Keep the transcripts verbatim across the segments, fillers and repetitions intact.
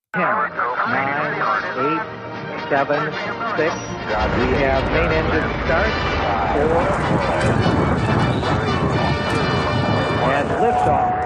ten, nine, eight, seven, six. We have main engine start. four. And liftoff.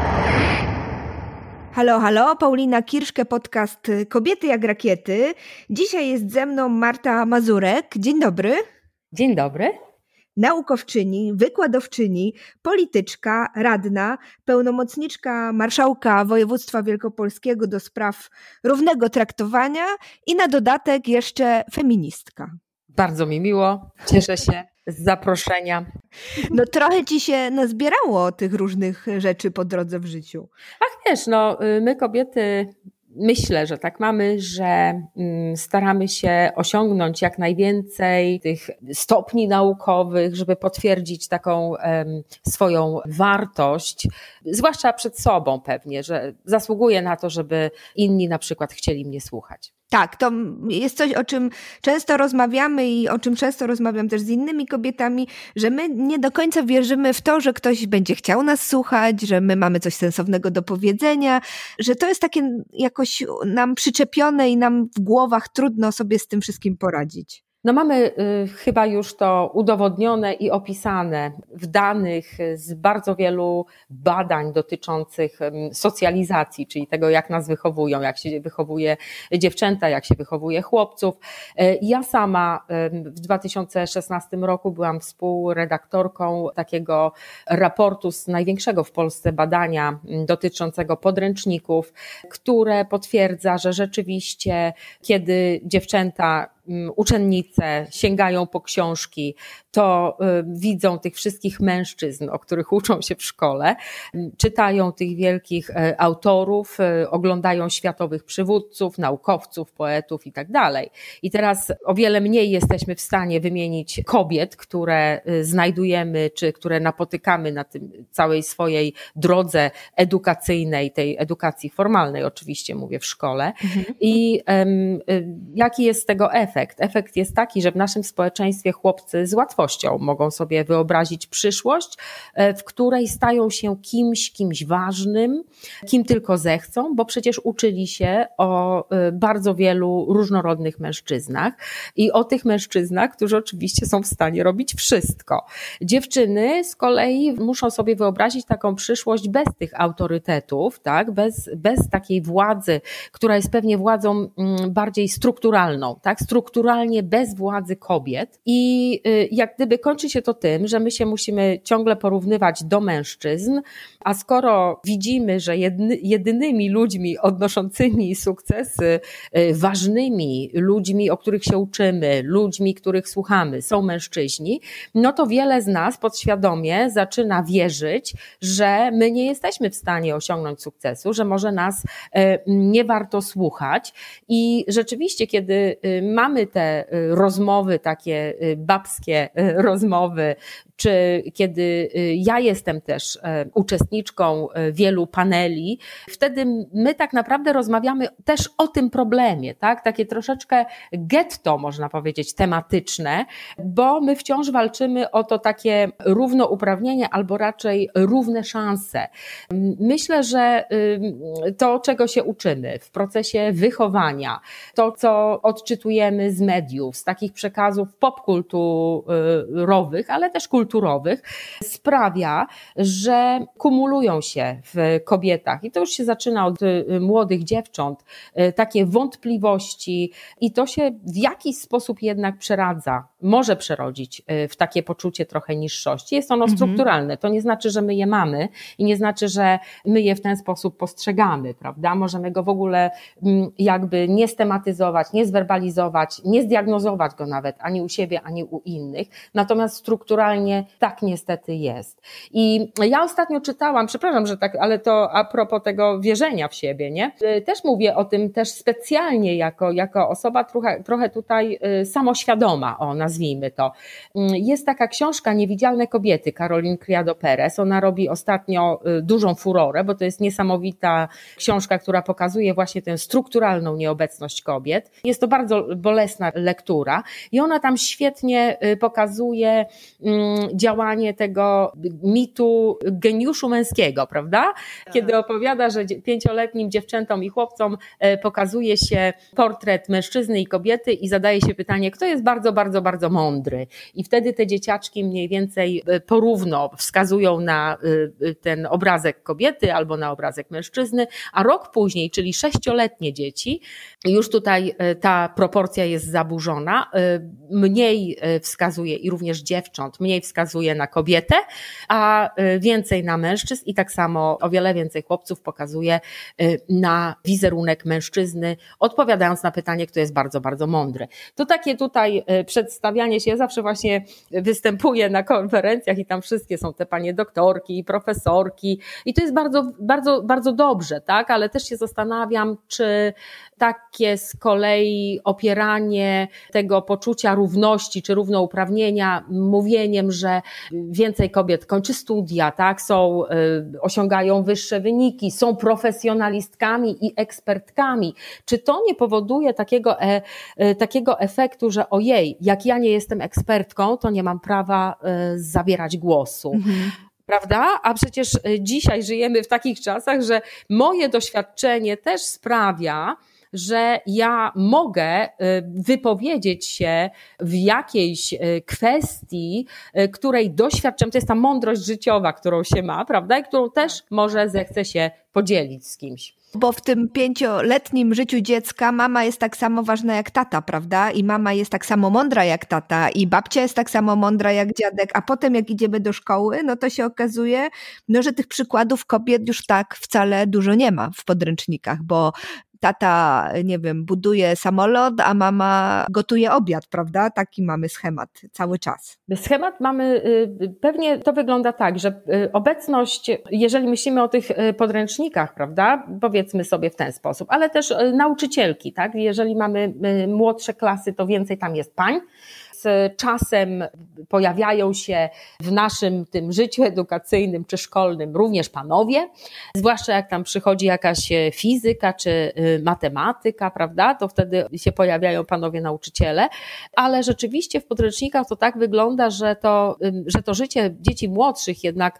Halo, halo, Paulina Kirszke, podcast Kobiety jak rakiety. Dzisiaj jest ze mną Marta Mazurek. Dzień dobry. Dzień dobry. Naukowczyni, wykładowczyni, polityczka, radna, pełnomocniczka marszałka województwa wielkopolskiego do spraw równego traktowania i na dodatek jeszcze feministka. Bardzo mi miło, cieszę się z zaproszenia. No trochę ci się nazbierało tych różnych rzeczy po drodze w życiu. Ach wiesz, no my kobiety, myślę, że tak mamy, że staramy się osiągnąć jak najwięcej tych stopni naukowych, żeby potwierdzić taką um, swoją wartość, zwłaszcza przed sobą pewnie, że zasługuję na to, żeby inni na przykład chcieli mnie słuchać. Tak, to jest coś, o czym często rozmawiamy i o czym często rozmawiam też z innymi kobietami, że my nie do końca wierzymy w to, że ktoś będzie chciał nas słuchać, że my mamy coś sensownego do powiedzenia, że to jest takie jakoś nam przyczepione i nam w głowach trudno sobie z tym wszystkim poradzić. No mamy y, chyba już to udowodnione i opisane w danych z bardzo wielu badań dotyczących y, socjalizacji, czyli tego, jak nas wychowują, jak się wychowuje dziewczęta, jak się wychowuje chłopców. Y, ja sama y, w dwa tysiące szesnastym roku byłam współredaktorką takiego raportu z największego w Polsce badania y, dotyczącego podręczników, które potwierdza, że rzeczywiście kiedy dziewczęta uczennice sięgają po książki, to widzą tych wszystkich mężczyzn, o których uczą się w szkole, czytają tych wielkich autorów, oglądają światowych przywódców, naukowców, poetów i tak dalej. I teraz o wiele mniej jesteśmy w stanie wymienić kobiet, które znajdujemy, czy które napotykamy na tym całej swojej drodze edukacyjnej, tej edukacji formalnej oczywiście mówię w szkole. Mhm. I um, jaki jest z tego efekt? Efekt. Efekt jest taki, że w naszym społeczeństwie chłopcy z łatwością mogą sobie wyobrazić przyszłość, w której stają się kimś, kimś ważnym, kim tylko zechcą, bo przecież uczyli się o bardzo wielu różnorodnych mężczyznach i o tych mężczyznach, którzy oczywiście są w stanie robić wszystko. Dziewczyny z kolei muszą sobie wyobrazić taką przyszłość bez tych autorytetów, tak? bez, bez takiej władzy, która jest pewnie władzą bardziej strukturalną, tak? strukturalnie bez władzy kobiet i jak gdyby kończy się to tym, że my się musimy ciągle porównywać do mężczyzn, a skoro widzimy, że jedny, jedynymi ludźmi odnoszącymi sukcesy, ważnymi ludźmi, o których się uczymy, ludźmi, których słuchamy, są mężczyźni, no to wiele z nas podświadomie zaczyna wierzyć, że my nie jesteśmy w stanie osiągnąć sukcesu, że może nas nie warto słuchać i rzeczywiście, kiedy mamy te rozmowy, takie babskie rozmowy, czy kiedy ja jestem też uczestniczką wielu paneli, wtedy my tak naprawdę rozmawiamy też o tym problemie, tak? Takie troszeczkę getto, można powiedzieć, tematyczne, bo my wciąż walczymy o to takie równouprawnienie albo raczej równe szanse. Myślę, że to, czego się uczymy w procesie wychowania, to, co odczytujemy z mediów, z takich przekazów popkulturowych, ale też kulturowych, sprawia, że kumulują się w kobietach i to już się zaczyna od młodych dziewcząt, takie wątpliwości i to się w jakiś sposób jednak przeradza, może przerodzić w takie poczucie trochę niższości. Jest ono strukturalne, to nie znaczy, że my je mamy i nie znaczy, że my je w ten sposób postrzegamy, prawda? Możemy go w ogóle jakby nie stematyzować, nie zwerbalizować, nie zdiagnozować go nawet ani u siebie, ani u innych, natomiast strukturalnie tak niestety jest. I ja ostatnio czytałam, przepraszam, że tak, ale to a propos tego wierzenia w siebie, nie? Też mówię o tym też specjalnie jako, jako osoba trochę, trochę tutaj samoświadoma, o nazwijmy nazwijmy to. Jest taka książka Niewidzialne kobiety Caroline Criado Perez. Ona robi ostatnio dużą furorę, bo to jest niesamowita książka, która pokazuje właśnie tę strukturalną nieobecność kobiet. Jest to bardzo bolesna lektura i ona tam świetnie pokazuje działanie tego mitu geniuszu męskiego, prawda? Kiedy opowiada, że pięcioletnim dziewczętom i chłopcom pokazuje się portret mężczyzny i kobiety i zadaje się pytanie, kto jest bardzo, bardzo, bardzo mądry. I wtedy te dzieciaczki mniej więcej porówno wskazują na ten obrazek kobiety albo na obrazek mężczyzny, a rok później, czyli sześcioletnie dzieci, już tutaj ta proporcja jest zaburzona, mniej wskazuje i również dziewcząt, mniej wskazuje na kobietę, a więcej na mężczyzn i tak samo o wiele więcej chłopców pokazuje na wizerunek mężczyzny, odpowiadając na pytanie, kto jest bardzo, bardzo mądry. To takie tutaj przedstawianie się, ja zawsze właśnie występuję na konferencjach i tam wszystkie są te panie doktorki i profesorki i to jest bardzo, bardzo, bardzo dobrze, tak, ale też się zastanawiam, czy takie z kolei opieranie tego poczucia równości czy równouprawnienia mówieniem, że więcej kobiet kończy studia, tak, są, osiągają wyższe wyniki, są profesjonalistkami i ekspertkami. Czy to nie powoduje takiego, e, takiego efektu, że ojej, jak ja nie jestem ekspertką, to nie mam prawa e, zabierać głosu. Mhm. Prawda? A przecież dzisiaj żyjemy w takich czasach, że moje doświadczenie też sprawia, że ja mogę wypowiedzieć się w jakiejś kwestii, której doświadczam, to jest ta mądrość życiowa, którą się ma, prawda? I którą też może zechce się podzielić z kimś. Bo w tym pięcioletnim życiu dziecka mama jest tak samo ważna jak tata, prawda? I mama jest tak samo mądra jak tata i babcia jest tak samo mądra jak dziadek, a potem jak idziemy do szkoły, no to się okazuje, no, że tych przykładów kobiet już tak wcale dużo nie ma w podręcznikach, bo tata, nie wiem, buduje samolot, a mama gotuje obiad, prawda? Taki mamy schemat cały czas. Schemat mamy, pewnie to wygląda tak, że obecność, jeżeli myślimy o tych podręcznikach, prawda, powiedzmy sobie w ten sposób, ale też nauczycielki, tak? Jeżeli mamy młodsze klasy, to więcej tam jest pań. Z czasem pojawiają się w naszym tym życiu edukacyjnym czy szkolnym również panowie, zwłaszcza jak tam przychodzi jakaś fizyka czy matematyka, prawda, to wtedy się pojawiają panowie nauczyciele, ale rzeczywiście w podręcznikach to tak wygląda, że to, że to życie dzieci młodszych jednak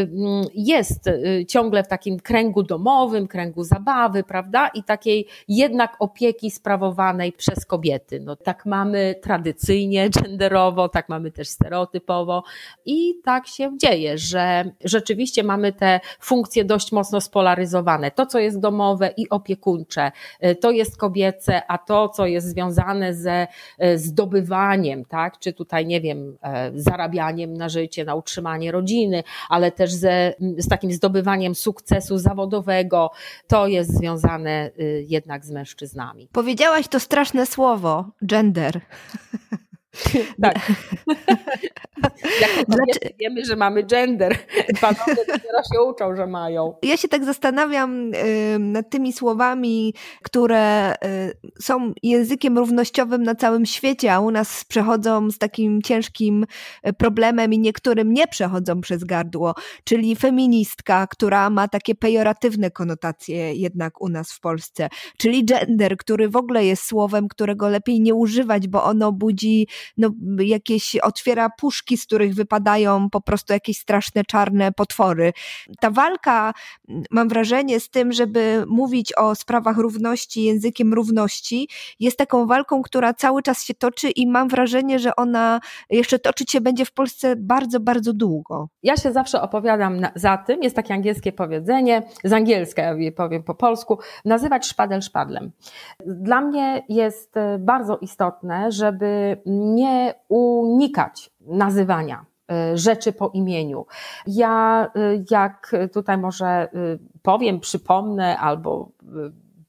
jest ciągle w takim kręgu domowym, kręgu zabawy, prawda, i takiej jednak opieki sprawowanej przez kobiety. No tak mamy tradycyjnie, genderowo, tak mamy też stereotypowo i tak się dzieje, że rzeczywiście mamy te funkcje dość mocno spolaryzowane. To, co jest domowe i opiekuńcze, to jest kobiece, a to, co jest związane ze zdobywaniem, tak, czy tutaj, nie wiem, zarabianiem na życie, na utrzymanie rodziny, ale też ze, z takim zdobywaniem sukcesu zawodowego, to jest związane jednak z mężczyznami. Powiedziałaś to straszne słowo, gender. Tak. Jako kobiety wiemy, że mamy gender. Panowie dopiero się uczą, że mają. Ja się tak zastanawiam y, nad tymi słowami, które y, są językiem równościowym na całym świecie, a u nas przechodzą z takim ciężkim problemem i niektórym nie przechodzą przez gardło, czyli feministka, która ma takie pejoratywne konotacje jednak u nas w Polsce, czyli gender, który w ogóle jest słowem, którego lepiej nie używać, bo ono budzi no, jakieś, otwiera puszki, z których wypadają po prostu jakieś straszne czarne potwory. Ta walka, mam wrażenie, z tym, żeby mówić o sprawach równości językiem równości, jest taką walką, która cały czas się toczy i mam wrażenie, że ona jeszcze toczyć się będzie w Polsce bardzo, bardzo długo. Ja się zawsze opowiadam na, za tym, jest takie angielskie powiedzenie, z angielska ja je powiem po polsku, nazywać szpadel szpadlem. Dla mnie jest bardzo istotne, żeby nie unikać nazywania rzeczy po imieniu. Ja jak tutaj może powiem, przypomnę albo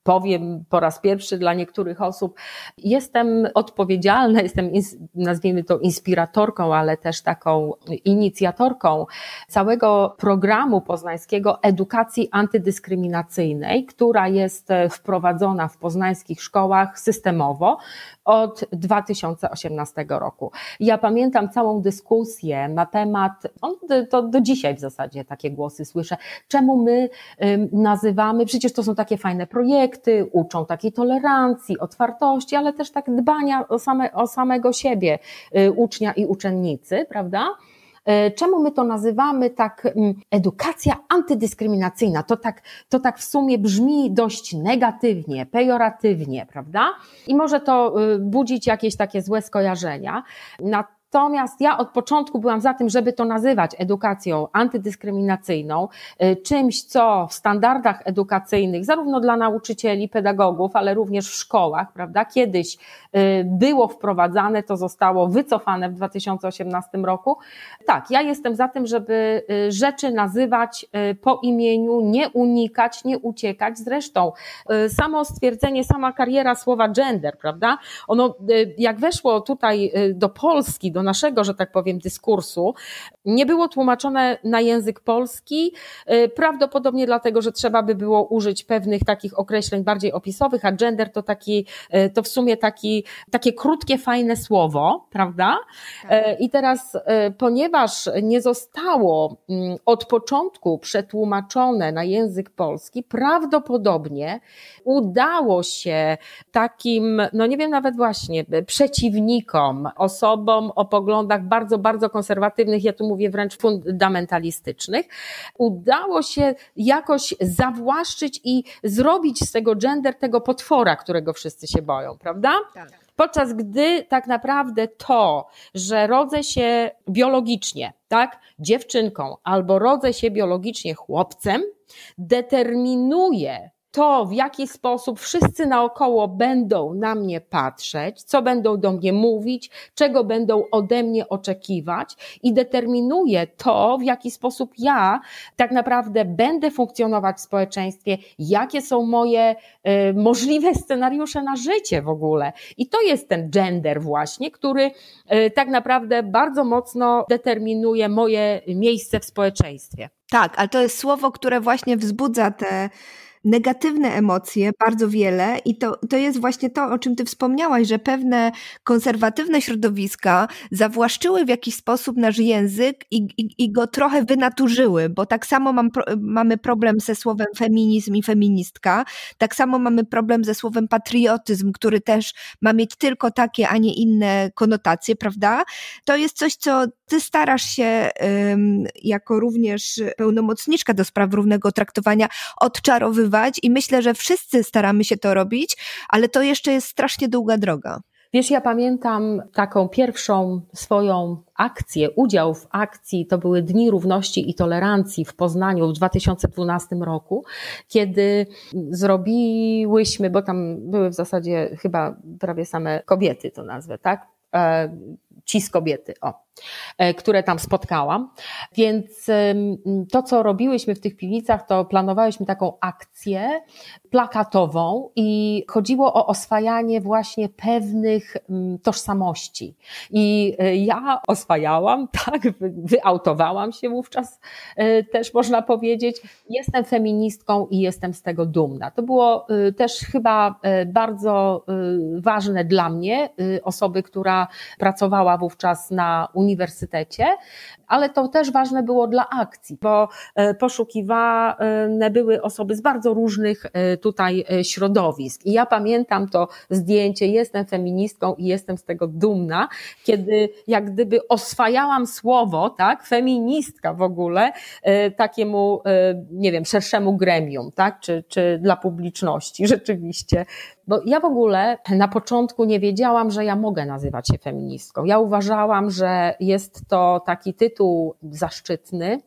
powiem po raz pierwszy dla niektórych osób, jestem odpowiedzialna, jestem, nazwijmy to, inspiratorką, ale też taką inicjatorką całego programu poznańskiego edukacji antydyskryminacyjnej, która jest wprowadzona w poznańskich szkołach systemowo od dwa tysiące osiemnastego roku. Ja pamiętam całą dyskusję na temat, to do dzisiaj w zasadzie takie głosy słyszę, czemu my nazywamy, przecież to są takie fajne projekty, uczą takiej tolerancji, otwartości, ale też tak dbania o, same, o samego siebie ucznia i uczennicy, prawda? Czemu my to nazywamy tak edukacja antydyskryminacyjna? To tak, to tak w sumie brzmi dość negatywnie, pejoratywnie, prawda? I może to budzić jakieś takie złe skojarzenia. Natomiast ja od początku byłam za tym, żeby to nazywać edukacją antydyskryminacyjną, czymś, co w standardach edukacyjnych, zarówno dla nauczycieli, pedagogów, ale również w szkołach, prawda, kiedyś było wprowadzane, to zostało wycofane w dwa tysiące osiemnastym roku. Tak, ja jestem za tym, żeby rzeczy nazywać po imieniu, nie unikać, nie uciekać. Zresztą samo stwierdzenie, sama kariera słowa gender, prawda, ono jak weszło tutaj do Polski, do naszego, że tak powiem, dyskursu, nie było tłumaczone na język polski, prawdopodobnie dlatego, że trzeba by było użyć pewnych takich określeń bardziej opisowych, a gender to taki, to w sumie taki, takie krótkie, fajne słowo, prawda? Tak. I teraz, ponieważ nie zostało od początku przetłumaczone na język polski, prawdopodobnie udało się takim, no nie wiem nawet właśnie, przeciwnikom, osobom o poglądach bardzo, bardzo konserwatywnych, ja tu mówię wręcz fundamentalistycznych, udało się jakoś zawłaszczyć i zrobić z tego gender tego potwora, którego wszyscy się boją, prawda? Tak. Podczas gdy tak naprawdę to, że rodzę się biologicznie, tak, dziewczynką, albo rodzę się biologicznie chłopcem, determinuje to, w jaki sposób wszyscy naokoło będą na mnie patrzeć, co będą do mnie mówić, czego będą ode mnie oczekiwać i determinuje to, w jaki sposób ja tak naprawdę będę funkcjonować w społeczeństwie, jakie są moje y, możliwe scenariusze na życie w ogóle. I to jest ten gender właśnie, który y, tak naprawdę bardzo mocno determinuje moje miejsce w społeczeństwie. Tak, ale to jest słowo, które właśnie wzbudza te negatywne emocje, bardzo wiele i to, to jest właśnie to, o czym ty wspomniałaś, że pewne konserwatywne środowiska zawłaszczyły w jakiś sposób nasz język i, i, i go trochę wynaturzyły, bo tak samo mam, mamy problem ze słowem feminizm i feministka, tak samo mamy problem ze słowem patriotyzm, który też ma mieć tylko takie, a nie inne konotacje, prawda? To jest coś, co ty starasz się um, jako również pełnomocniczka do spraw równego traktowania odczarowywać i myślę, że wszyscy staramy się to robić, ale to jeszcze jest strasznie długa droga. Wiesz, ja pamiętam taką pierwszą swoją akcję, udział w akcji, to były Dni Równości i Tolerancji w Poznaniu w dwa tysiące dwunastym roku, kiedy zrobiłyśmy, bo tam były w zasadzie chyba prawie same kobiety, to nazwę, tak? E, cis kobiety, o, które tam spotkałam. Więc to, co robiłyśmy w tych piwnicach, to planowałyśmy taką akcję plakatową i chodziło o oswajanie właśnie pewnych tożsamości. I ja oswajałam, tak, wyautowałam się wówczas, też można powiedzieć, jestem feministką i jestem z tego dumna. To było też chyba bardzo ważne dla mnie, osoby, która pracowała wówczas na uniwersytecie, ale to też ważne było dla akcji, bo poszukiwane były osoby z bardzo różnych tutaj środowisk. I ja pamiętam to zdjęcie, jestem feministką i jestem z tego dumna, kiedy jak gdyby oswajałam słowo, tak, feministka w ogóle, takiemu, nie wiem, szerszemu gremium, tak, czy, czy dla publiczności, rzeczywiście. Bo ja w ogóle na początku nie wiedziałam, że ja mogę nazywać się feministką. Ja uważałam, że jest to taki tytuł zaszczytny,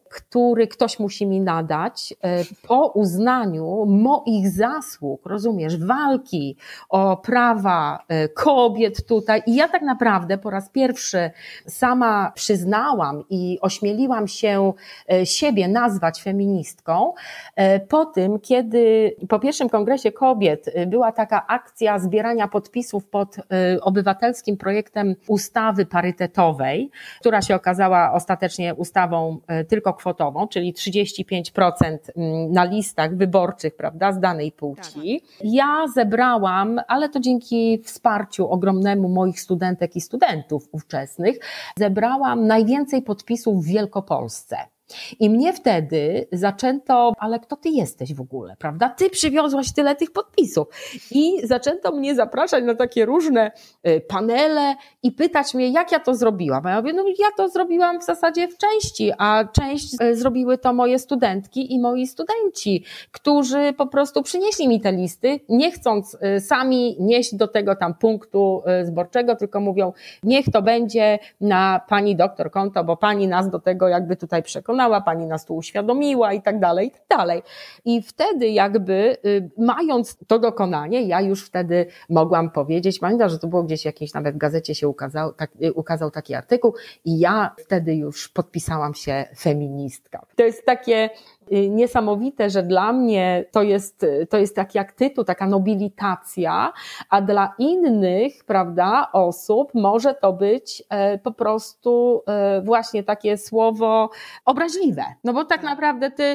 który ktoś musi mi nadać po uznaniu moich zasług, rozumiesz, walki o prawa kobiet tutaj. I ja tak naprawdę po raz pierwszy sama przyznałam i ośmieliłam się siebie nazwać feministką po tym, kiedy po pierwszym Kongresie Kobiet była taka akcja zbierania podpisów pod obywatelskim projektem ustawy parytetowej, która się okazała ostatecznie ustawą tylko kwotową, czyli trzydzieści pięć procent na listach wyborczych, prawda, z danej płci. Ja zebrałam, ale to dzięki wsparciu ogromnemu moich studentek i studentów ówczesnych, zebrałam najwięcej podpisów w Wielkopolsce. I mnie wtedy zaczęto, ale kto ty jesteś w ogóle, prawda? Ty przywiozłaś tyle tych podpisów. I zaczęto mnie zapraszać na takie różne panele i pytać mnie, jak ja to zrobiłam. A ja mówię, no ja to zrobiłam w zasadzie w części, a część zrobiły to moje studentki i moi studenci, którzy po prostu przynieśli mi te listy, nie chcąc sami nieść do tego tam punktu zborczego, tylko mówią, niech to będzie na pani doktor konto, bo pani nas do tego jakby tutaj przekonała, pani nas tu uświadomiła i tak dalej, i tak dalej. I wtedy jakby mając to dokonanie, ja już wtedy mogłam powiedzieć, pamiętam, że to było gdzieś jakiejś nawet w gazecie się ukazał, tak, ukazał taki artykuł i ja wtedy już podpisałam się feministka. To jest takie niesamowite, że dla mnie to jest, to jest tak jak tytuł, taka nobilitacja, a dla innych, prawda, osób może to być po prostu właśnie takie słowo obraźliwe. No bo tak naprawdę ty,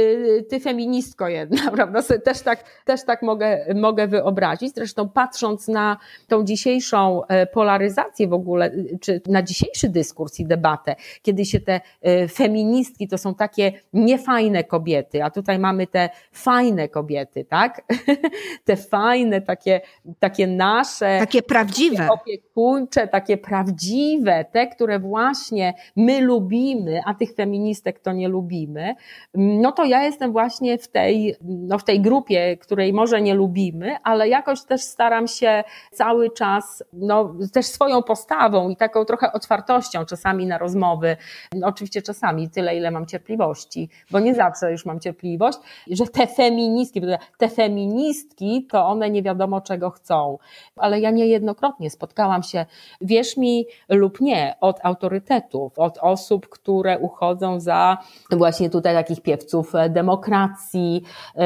ty feministko jedna, prawda, sobie też tak, też tak mogę, mogę wyobrazić. Zresztą patrząc na tą dzisiejszą polaryzację w ogóle, czy na dzisiejszy dyskurs i debatę, kiedy się te feministki to są takie niefajne kobiety, a tutaj mamy te fajne kobiety, tak? Te fajne, takie, takie nasze. Takie prawdziwe. Takie opiekuńcze, takie prawdziwe, te, które właśnie my lubimy, a tych feministek to nie lubimy. No to ja jestem właśnie w tej, no w tej grupie, której może nie lubimy, ale jakoś też staram się cały czas, no też swoją postawą i taką trochę otwartością czasami na rozmowy, no, oczywiście czasami tyle, ile mam cierpliwości, bo nie zawsze już mam cierpliwość, że te feministki, te feministki, to one nie wiadomo czego chcą. Ale ja niejednokrotnie spotkałam się, wierz mi lub nie, od autorytetów, od osób, które uchodzą za właśnie tutaj takich piewców demokracji,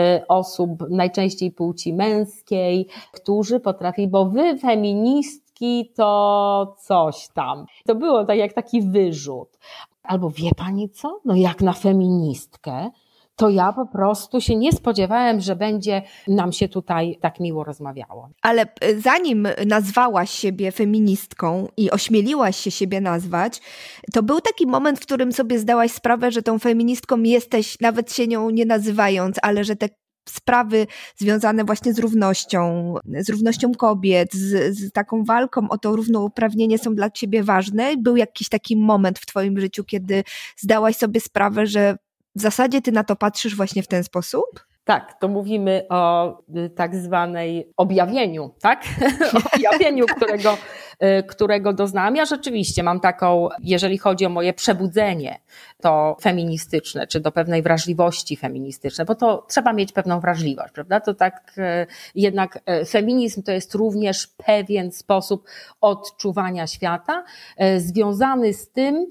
osób najczęściej płci męskiej, którzy potrafi, bo wy feministki to coś tam. To było tak jak taki wyrzut. Albo wie pani co? No jak na feministkę, to ja po prostu się nie spodziewałem, że będzie nam się tutaj tak miło rozmawiało. Ale zanim nazwałaś siebie feministką i ośmieliłaś się siebie nazwać, to był taki moment, w którym sobie zdałaś sprawę, że tą feministką jesteś, nawet się nią nie nazywając, ale że te sprawy związane właśnie z równością, z równością kobiet, z, z taką walką o to równouprawnienie są dla ciebie ważne. Był jakiś taki moment w twoim życiu, kiedy zdałaś sobie sprawę, że w zasadzie ty na to patrzysz właśnie w ten sposób? Tak, to mówimy o tak zwanej objawieniu, tak? Objawieniu, którego, którego doznałam. Ja rzeczywiście mam taką, jeżeli chodzi o moje przebudzenie, to feministyczne, czy do pewnej wrażliwości feministycznej, bo to trzeba mieć pewną wrażliwość, prawda? To tak jednak feminizm to jest również pewien sposób odczuwania świata, związany z tym,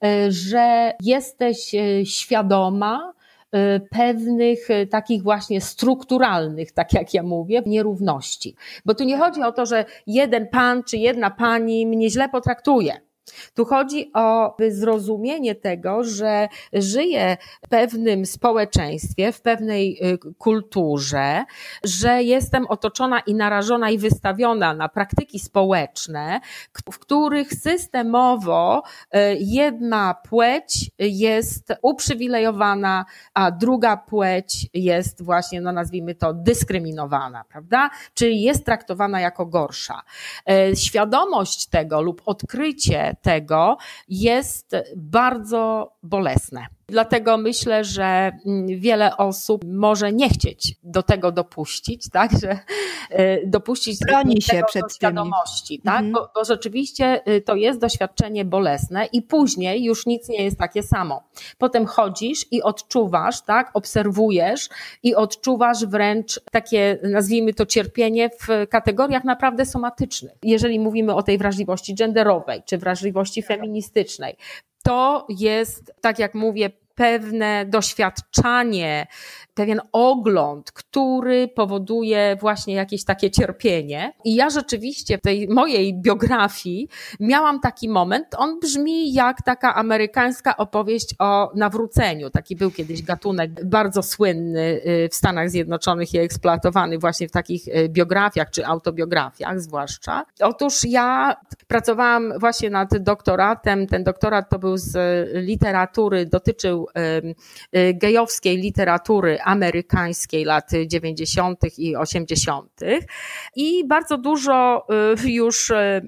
że jesteś świadoma pewnych takich właśnie strukturalnych, tak jak ja mówię, nierówności. Bo tu nie chodzi o to, że jeden pan czy jedna pani mnie źle potraktuje. Tu chodzi o zrozumienie tego, że żyję w pewnym społeczeństwie, w pewnej kulturze, że jestem otoczona i narażona i wystawiona na praktyki społeczne, w których systemowo jedna płeć jest uprzywilejowana, a druga płeć jest właśnie, no nazwijmy to, dyskryminowana, prawda? Czyli jest traktowana jako gorsza. Świadomość tego lub odkrycie tego jest bardzo bolesne. Dlatego myślę, że wiele osób może nie chcieć do tego dopuścić, tak, że dopuścić Broni się tego przed do świadomości, tak, mhm. bo, bo rzeczywiście to jest doświadczenie bolesne i później już nic nie jest takie samo. Potem chodzisz i odczuwasz, tak, obserwujesz i odczuwasz wręcz takie, nazwijmy to, cierpienie w kategoriach naprawdę somatycznych. Jeżeli mówimy o tej wrażliwości genderowej czy wrażliwości feministycznej, to jest, tak jak mówię, pewne doświadczanie, pewien ogląd, który powoduje właśnie jakieś takie cierpienie. I ja rzeczywiście w tej mojej biografii miałam taki moment, on brzmi jak taka amerykańska opowieść o nawróceniu. Taki był kiedyś gatunek bardzo słynny w Stanach Zjednoczonych i eksploatowany właśnie w takich biografiach czy autobiografiach zwłaszcza. Otóż ja pracowałam właśnie nad doktoratem. Ten doktorat to był z literatury, dotyczył gejowskiej literatury amerykańskiej lat dziewięćdziesiątych i osiemdziesiątych i bardzo dużo już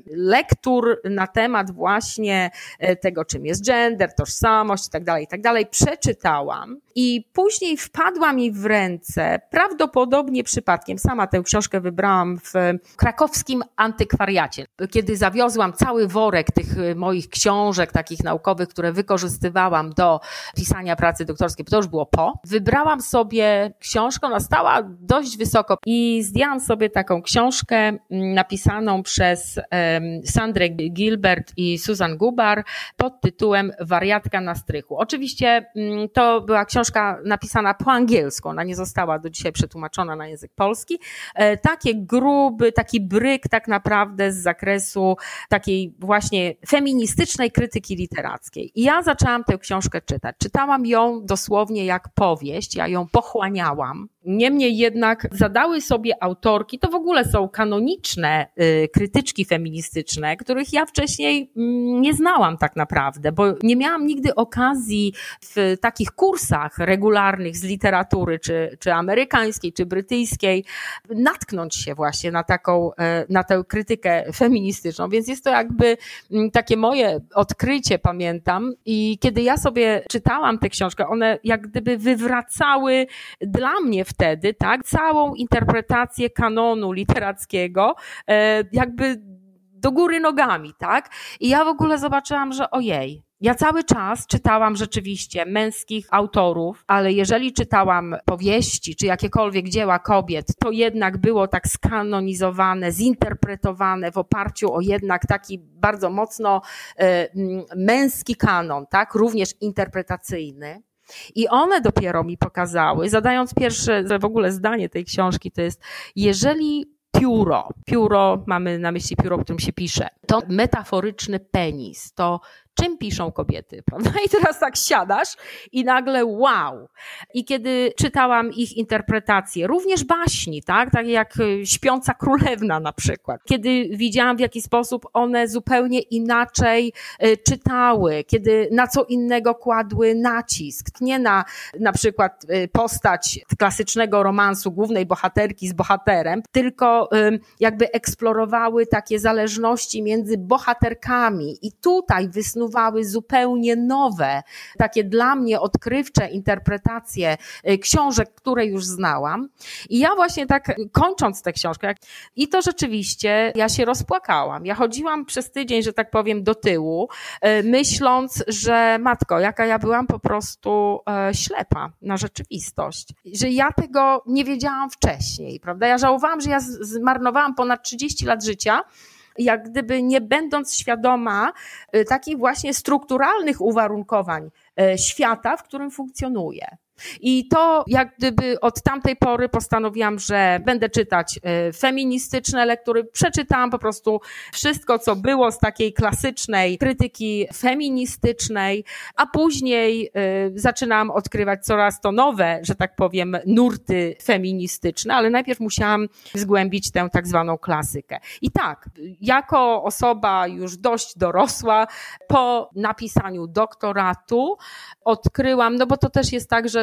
lektur na temat właśnie tego, czym jest gender, tożsamość i tak dalej, i tak dalej przeczytałam i później wpadła mi w ręce, prawdopodobnie przypadkiem, sama tę książkę wybrałam w krakowskim antykwariacie. Kiedy zawiozłam cały worek tych moich książek takich naukowych, które wykorzystywałam do pisania pracy doktorskiej, bo to już było po, wybrałam sobie książkę, ona stała dość wysoko i zdjęłam sobie taką książkę napisaną przez um, Sandrę Gilbert i Susan Gubar pod tytułem Wariatka na strychu. Oczywiście um, to była książka napisana po angielsku, ona nie została do dzisiaj przetłumaczona na język polski. E, takie gruby, taki bryk tak naprawdę z zakresu takiej właśnie feministycznej krytyki literackiej. I ja zaczęłam tę książkę czytać. Czytałam ją dosłownie jak powieść, ja ją pochłaniałam. Niemniej jednak zadały sobie autorki, to w ogóle są kanoniczne y, krytyczki feministyczne, których ja wcześniej mm, nie znałam tak naprawdę, bo nie miałam nigdy okazji w takich kursach regularnych z literatury, czy, czy amerykańskiej, czy brytyjskiej, natknąć się właśnie na taką, y, na tę krytykę feministyczną, więc jest to jakby y, takie moje odkrycie, pamiętam, i kiedy ja sobie czytałam tę książkę, one jak gdyby wywracały dla mnie wtedy, tak, całą interpretację kanonu literackiego, e, jakby do góry nogami, tak? I ja w ogóle zobaczyłam, że ojej, ja cały czas czytałam rzeczywiście męskich autorów, ale jeżeli czytałam powieści czy jakiekolwiek dzieła kobiet, to jednak było tak skanonizowane, zinterpretowane w oparciu o jednak taki bardzo mocno e, męski kanon, tak, również interpretacyjny. I one dopiero mi pokazały, zadając pierwsze w ogóle zdanie tej książki, to jest, jeżeli pióro, pióro, mamy na myśli pióro, którym się pisze, to metaforyczny penis, to czym piszą kobiety, prawda? I teraz tak siadasz i nagle wow. I kiedy czytałam ich interpretacje, również baśni, tak? Tak jak Śpiąca Królewna na przykład. Kiedy widziałam, w jaki sposób one zupełnie inaczej czytały, kiedy na co innego kładły nacisk. Nie na na przykład postać klasycznego romansu głównej bohaterki z bohaterem, tylko jakby eksplorowały takie zależności między bohaterkami. I tutaj wysnuwały zupełnie nowe, takie dla mnie odkrywcze interpretacje książek, które już znałam. I ja właśnie tak kończąc tę książkę, i to rzeczywiście ja się rozpłakałam. Ja chodziłam przez tydzień, że tak powiem, do tyłu, myśląc, że matko, jaka ja byłam po prostu ślepa na rzeczywistość. Że ja tego nie wiedziałam wcześniej, prawda? Ja żałowałam, że ja zmarnowałam ponad trzydzieści lat życia, jak gdyby nie będąc świadoma takich właśnie strukturalnych uwarunkowań świata, w którym funkcjonuję. I to jak gdyby od tamtej pory postanowiłam, że będę czytać feministyczne lektury. Przeczytałam po prostu wszystko, co było z takiej klasycznej krytyki feministycznej, a później zaczynałam odkrywać coraz to nowe, że tak powiem, nurty feministyczne, ale najpierw musiałam zgłębić tę tak zwaną klasykę. I tak, jako osoba już dość dorosła, po napisaniu doktoratu odkryłam, no bo to też jest tak, że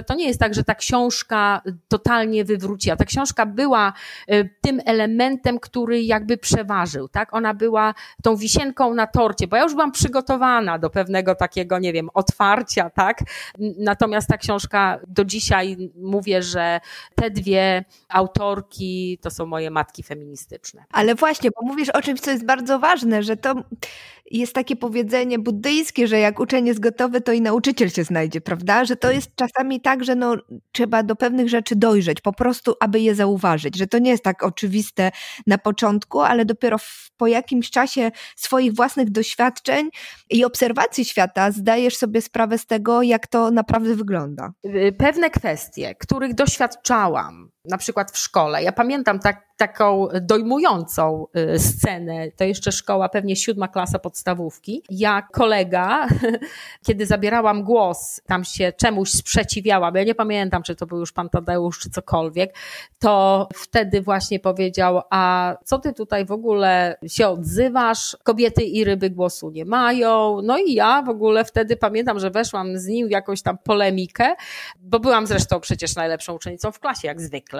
że to nie jest tak, że ta książka totalnie wywróciła. Ta książka była tym elementem, który jakby przeważył, tak? Ona była tą wisienką na torcie, bo ja już byłam przygotowana do pewnego takiego, nie wiem, otwarcia, tak? Natomiast ta książka do dzisiaj mówię, że te dwie autorki to są moje matki feministyczne. Ale właśnie, bo mówisz o czymś, co jest bardzo ważne, że to jest takie powiedzenie buddyjskie, że jak uczeń jest gotowy, to i nauczyciel się znajdzie, prawda? Że to jest czasami tak, że no, trzeba do pewnych rzeczy dojrzeć, po prostu, aby je zauważyć, że to nie jest tak oczywiste na początku, ale dopiero w, po jakimś czasie swoich własnych doświadczeń i obserwacji świata zdajesz sobie sprawę z tego, jak to naprawdę wygląda. Pewne kwestie, których doświadczałam, na przykład w szkole. Ja pamiętam tak, taką dojmującą scenę, to jeszcze szkoła, pewnie siódma klasa podstawówki. Ja kolega, kiedy zabierałam głos, tam się czemuś sprzeciwiałam, ja nie pamiętam, czy to był już pan Tadeusz, czy cokolwiek, to wtedy właśnie powiedział, a co ty tutaj w ogóle się odzywasz? Kobiety i ryby głosu nie mają. No i ja w ogóle wtedy pamiętam, że weszłam z nim w jakąś tam polemikę, bo byłam zresztą przecież najlepszą uczennicą w klasie, jak zwykle.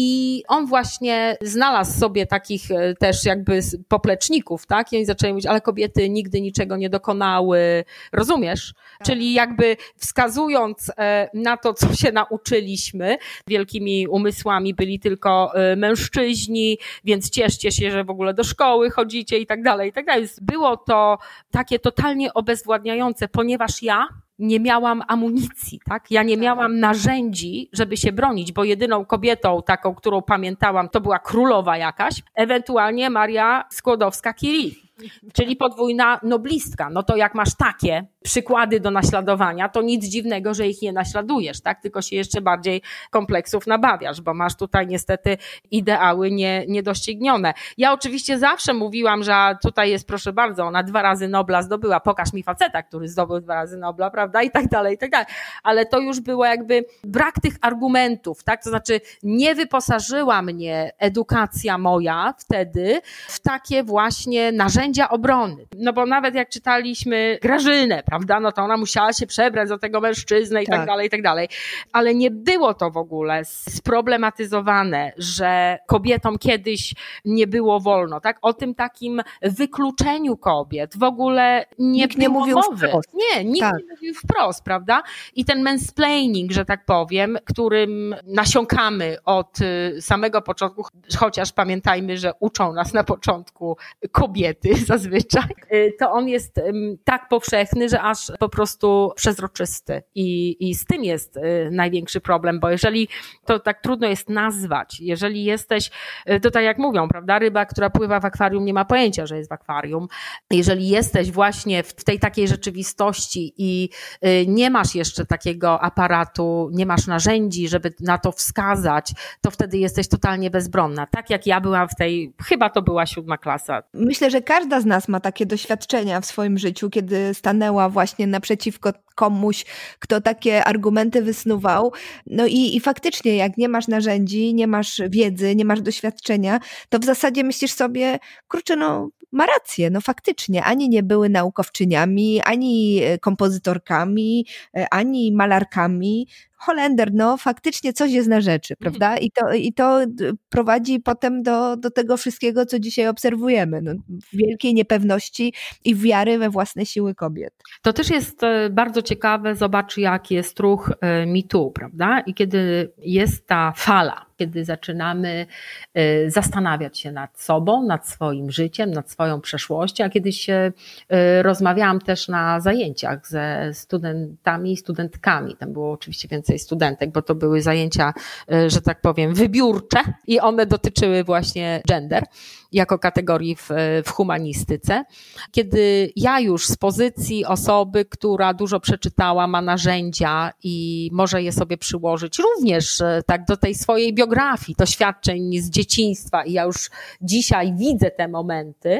I on właśnie znalazł sobie takich też jakby popleczników, tak? I oni zaczęli mówić, ale kobiety nigdy niczego nie dokonały, rozumiesz? Tak. Czyli jakby wskazując na to, co się nauczyliśmy, wielkimi umysłami byli tylko mężczyźni, więc cieszcie się, że w ogóle do szkoły chodzicie i tak dalej, i tak dalej. Było to takie totalnie obezwładniające, ponieważ ja nie miałam amunicji, tak? Ja nie miałam narzędzi, żeby się bronić, bo jedyną kobietą taką, którą pamiętałam, to była królowa jakaś, ewentualnie Maria Skłodowska-Curie, czyli podwójna noblistka. No to jak masz takie przykłady do naśladowania, to nic dziwnego, że ich nie naśladujesz, tak? Tylko się jeszcze bardziej kompleksów nabawiasz, bo masz tutaj niestety ideały nie, niedoścignione. Ja oczywiście zawsze mówiłam, że tutaj jest, proszę bardzo, ona dwa razy Nobla zdobyła, pokaż mi faceta, który zdobył dwa razy Nobla, prawda? I tak dalej, i tak dalej. Ale to już było jakby brak tych argumentów, tak? To znaczy nie wyposażyła mnie edukacja moja wtedy w takie właśnie narzędzia obrony. No bo nawet jak czytaliśmy Grażynę, prawda, no to ona musiała się przebrać za tego mężczyznę i tak, tak dalej, i tak dalej. Ale nie było to w ogóle sproblematyzowane, że kobietom kiedyś nie było wolno, tak? O tym takim wykluczeniu kobiet w ogóle nie nikt było nie mówił mowy. Wprost. Nie, nikt tak. nie mówił wprost, prawda? I ten mansplaining, że tak powiem, którym nasiąkamy od samego początku, chociaż pamiętajmy, że uczą nas na początku kobiety zazwyczaj, to on jest tak powszechny, że aż po prostu przezroczysty. I, i z tym jest największy problem, bo jeżeli to tak trudno jest nazwać, jeżeli jesteś, to tak jak mówią, prawda, ryba, która pływa w akwarium, nie ma pojęcia, że jest w akwarium. Jeżeli jesteś właśnie w tej takiej rzeczywistości i nie masz jeszcze takiego aparatu, nie masz narzędzi, żeby na to wskazać, to wtedy jesteś totalnie bezbronna. Tak jak ja byłam w tej, chyba to była siódma klasa. Myślę, że każda z nas ma takie doświadczenia w swoim życiu, kiedy stanęła właśnie naprzeciwko komuś, kto takie argumenty wysnuwał. No i, i faktycznie, jak nie masz narzędzi, nie masz wiedzy, nie masz doświadczenia, to w zasadzie myślisz sobie, kurczę, no ma rację, no faktycznie, ani nie były naukowczyniami, ani kompozytorkami, ani malarkami. Holender, no faktycznie coś jest na rzeczy, prawda? I to, i to prowadzi potem do, do tego wszystkiego, co dzisiaj obserwujemy. No, wielkiej niepewności i wiary we własne siły kobiet. To też jest bardzo ciekawe, zobacz jaki jest ruch Me Too, prawda? I kiedy jest ta fala, kiedy zaczynamy zastanawiać się nad sobą, nad swoim życiem, nad swoją przeszłością, a kiedyś rozmawiałam też na zajęciach ze studentami i studentkami, tam było oczywiście więcej studentek, bo to były zajęcia, że tak powiem, wybiórcze i one dotyczyły właśnie gender jako kategorii w, w humanistyce. Kiedy ja już z pozycji osoby, która dużo przeczytała, ma narzędzia i może je sobie przyłożyć również tak do tej swojej biografii, doświadczeń z dzieciństwa i ja już dzisiaj widzę te momenty,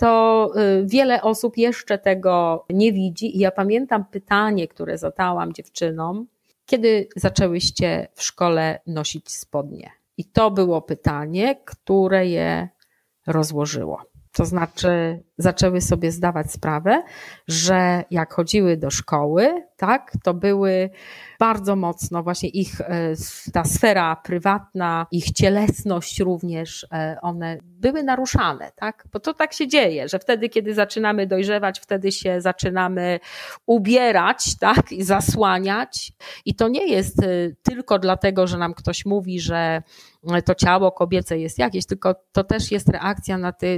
to wiele osób jeszcze tego nie widzi i ja pamiętam pytanie, które zadałam dziewczynom, kiedy zaczęłyście w szkole nosić spodnie? I to było pytanie, które je rozłożyło. To znaczy zaczęły sobie zdawać sprawę, że jak chodziły do szkoły, tak, to były bardzo mocno właśnie ich ta sfera prywatna, ich cielesność również, one były naruszane, tak? Bo to tak się dzieje, że wtedy, kiedy zaczynamy dojrzewać, wtedy się zaczynamy ubierać, tak? I zasłaniać. I to nie jest tylko dlatego, że nam ktoś mówi, że to ciało kobiece jest jakieś, tylko to też jest reakcja na te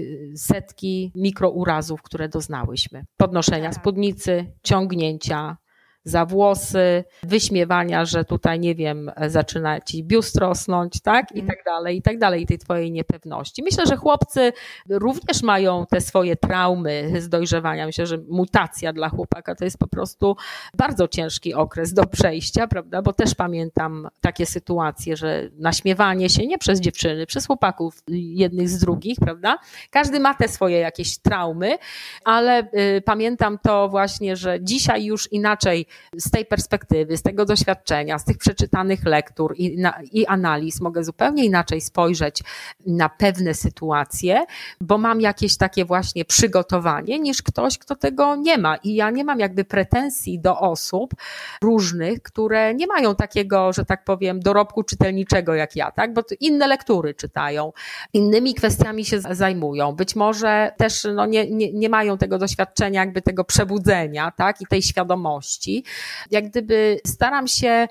setki mikrourazów, które doznałyśmy. Podnoszenia spódnicy, ciągnięcia za włosy, wyśmiewania, że tutaj, nie wiem, zaczyna ci biust rosnąć, tak? I tak dalej, i tak dalej, i tej twojej niepewności. Myślę, że chłopcy również mają te swoje traumy z dojrzewania. Myślę, że mutacja dla chłopaka to jest po prostu bardzo ciężki okres do przejścia, prawda? Bo też pamiętam takie sytuacje, że naśmiewanie się nie przez dziewczyny, przez chłopaków jednych z drugich, prawda? Każdy ma te swoje jakieś traumy, ale y, pamiętam to właśnie, że dzisiaj już inaczej z tej perspektywy, z tego doświadczenia, z tych przeczytanych lektur i, na, i analiz mogę zupełnie inaczej spojrzeć na pewne sytuacje, bo mam jakieś takie właśnie przygotowanie niż ktoś, kto tego nie ma. I ja nie mam jakby pretensji do osób różnych, które nie mają takiego, że tak powiem, dorobku czytelniczego jak ja, tak? Bo inne lektury czytają, innymi kwestiami się zajmują. Być może też no, nie, nie, nie mają tego doświadczenia, jakby tego przebudzenia, tak? I tej świadomości. Jak gdyby staram się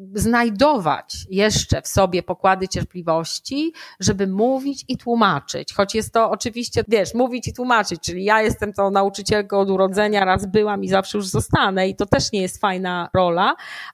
znajdować jeszcze w sobie pokłady cierpliwości, żeby mówić i tłumaczyć. Choć jest to oczywiście, wiesz, mówić i tłumaczyć, czyli ja jestem tą nauczycielką od urodzenia, raz byłam i zawsze już zostanę i to też nie jest fajna rola,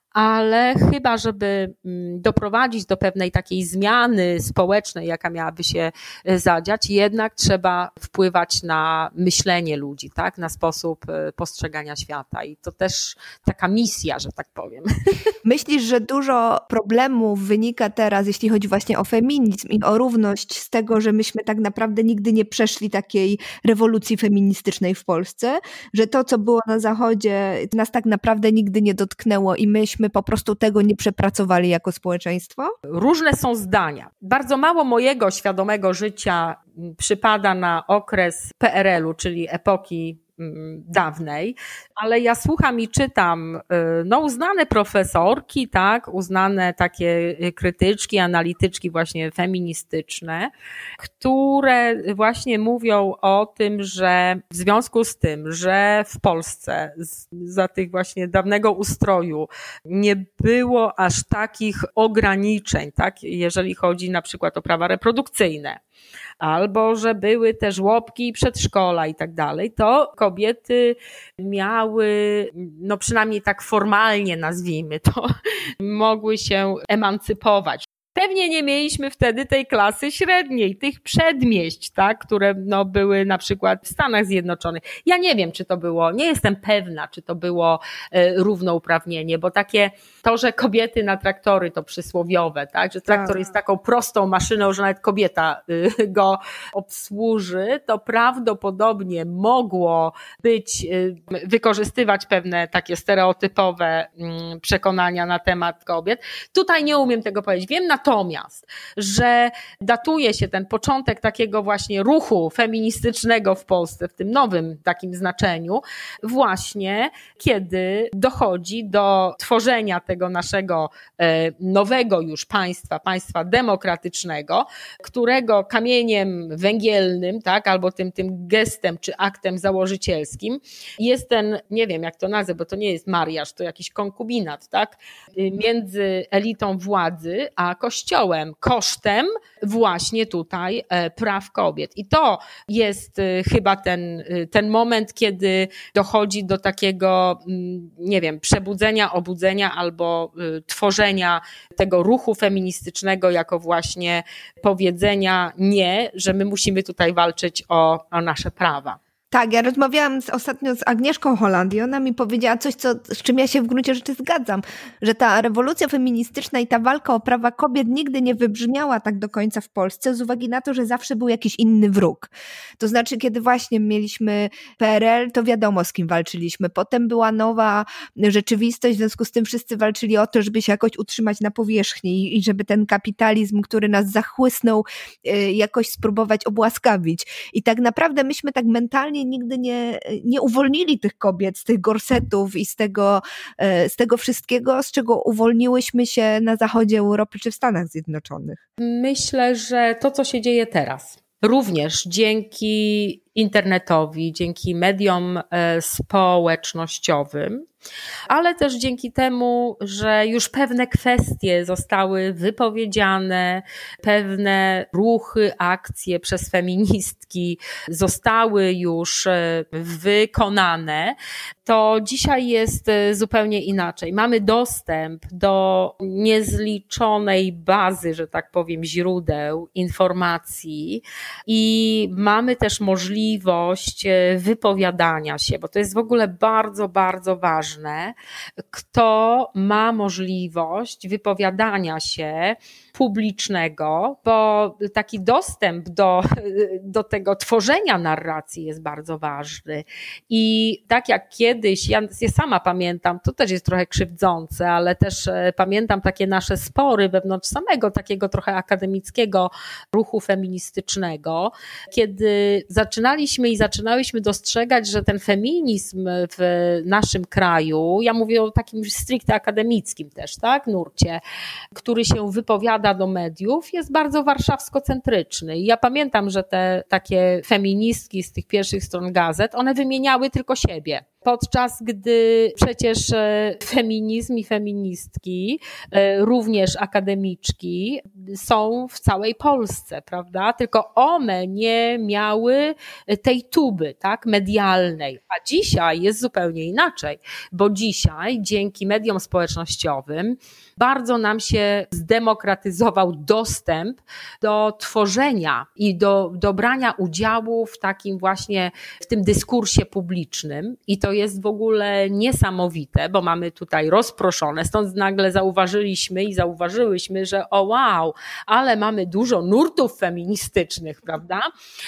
ale chyba, żeby doprowadzić do pewnej takiej zmiany społecznej, jaka miałaby się zadziać, jednak trzeba wpływać na myślenie ludzi, tak, na sposób postrzegania świata i to też taka misja, że tak powiem. Myślisz, że dużo problemów wynika teraz, jeśli chodzi właśnie o feminizm i o równość, z tego, że myśmy tak naprawdę nigdy nie przeszli takiej rewolucji feministycznej w Polsce, że to, co było na Zachodzie, nas tak naprawdę nigdy nie dotknęło i myśmy po prostu tego nie przepracowali jako społeczeństwo? Różne są zdania. Bardzo mało mojego świadomego życia przypada na okres P R L u, czyli epoki dawnej, ale ja słucham i czytam no uznane profesorki, tak, uznane takie krytyczki, analityczki właśnie feministyczne, które właśnie mówią o tym, że w związku z tym, że w Polsce za tych właśnie dawnego ustroju nie było aż takich ograniczeń, tak, jeżeli chodzi na przykład o prawa reprodukcyjne, albo że były te żłobki, przedszkola i tak dalej, to kobiety miały, no przynajmniej tak formalnie nazwijmy to, mogły się emancypować. Pewnie nie mieliśmy wtedy tej klasy średniej, tych przedmieść, tak, które no, były na przykład w Stanach Zjednoczonych. Ja nie wiem, czy to było, nie jestem pewna, czy to było e, równouprawnienie, bo takie to, że kobiety na traktory to przysłowiowe, tak, że traktor jest taką prostą maszyną, że nawet kobieta y, go obsłuży, to prawdopodobnie mogło być, y, wykorzystywać pewne takie stereotypowe y, przekonania na temat kobiet. Tutaj nie umiem tego powiedzieć. Wiem na Natomiast, że datuje się ten początek takiego właśnie ruchu feministycznego w Polsce, w tym nowym takim znaczeniu, właśnie kiedy dochodzi do tworzenia tego naszego nowego już państwa, państwa demokratycznego, którego kamieniem węgielnym, tak, albo tym, tym gestem czy aktem założycielskim jest ten, nie wiem jak to nazwę, bo to nie jest mariaż, to jakiś konkubinat, tak, między elitą władzy a Kościołem, kosztem właśnie tutaj praw kobiet. I to jest chyba ten, ten moment, kiedy dochodzi do takiego, nie wiem, przebudzenia, obudzenia albo tworzenia tego ruchu feministycznego jako właśnie powiedzenia nie, że my musimy tutaj walczyć o, o nasze prawa. Tak, ja rozmawiałam z, ostatnio z Agnieszką Holland i ona mi powiedziała coś, co, z czym ja się w gruncie rzeczy zgadzam, że ta rewolucja feministyczna i ta walka o prawa kobiet nigdy nie wybrzmiała tak do końca w Polsce z uwagi na to, że zawsze był jakiś inny wróg. To znaczy, kiedy właśnie mieliśmy P R L, to wiadomo z kim walczyliśmy. Potem była nowa rzeczywistość, w związku z tym wszyscy walczyli o to, żeby się jakoś utrzymać na powierzchni i żeby ten kapitalizm, który nas zachłysnął, jakoś spróbować obłaskawić. I tak naprawdę myśmy tak mentalnie nigdy nie, nie uwolnili tych kobiet z tych gorsetów i z tego, z tego wszystkiego, z czego uwolniłyśmy się na zachodzie Europy czy w Stanach Zjednoczonych. Myślę, że to, co się dzieje teraz, również dzięki internetowi, dzięki mediom społecznościowym, ale też dzięki temu, że już pewne kwestie zostały wypowiedziane, pewne ruchy, akcje przez feministki zostały już wykonane, to dzisiaj jest zupełnie inaczej. Mamy dostęp do niezliczonej bazy, że tak powiem, źródeł, informacji i mamy też możliwość wypowiadania się, bo to jest w ogóle bardzo, bardzo ważne. Kto ma możliwość wypowiadania się publicznego, bo taki dostęp do, do tego tworzenia narracji jest bardzo ważny. I tak jak kiedyś, ja, ja sama pamiętam, to też jest trochę krzywdzące, ale też pamiętam takie nasze spory wewnątrz samego takiego trochę akademickiego ruchu feministycznego, kiedy zaczynaliśmy i zaczynałyśmy dostrzegać, że ten feminizm w naszym kraju, ja mówię o takim stricte akademickim też, tak, nurcie, który się wypowiada do mediów, jest bardzo warszawsko-centryczny. I ja pamiętam, że te takie feministki z tych pierwszych stron gazet, one wymieniały tylko siebie. Podczas gdy przecież feminizm i feministki, również akademiczki, są w całej Polsce, prawda? Tylko one nie miały tej tuby, tak, medialnej. A dzisiaj jest zupełnie inaczej, bo dzisiaj dzięki mediom społecznościowym bardzo nam się zdemokratyzował dostęp do tworzenia i do, do brania udziału w takim właśnie, w tym dyskursie publicznym i to jest w ogóle niesamowite, bo mamy tutaj rozproszone, stąd nagle zauważyliśmy i zauważyłyśmy, że o wow, ale mamy dużo nurtów feministycznych, prawda?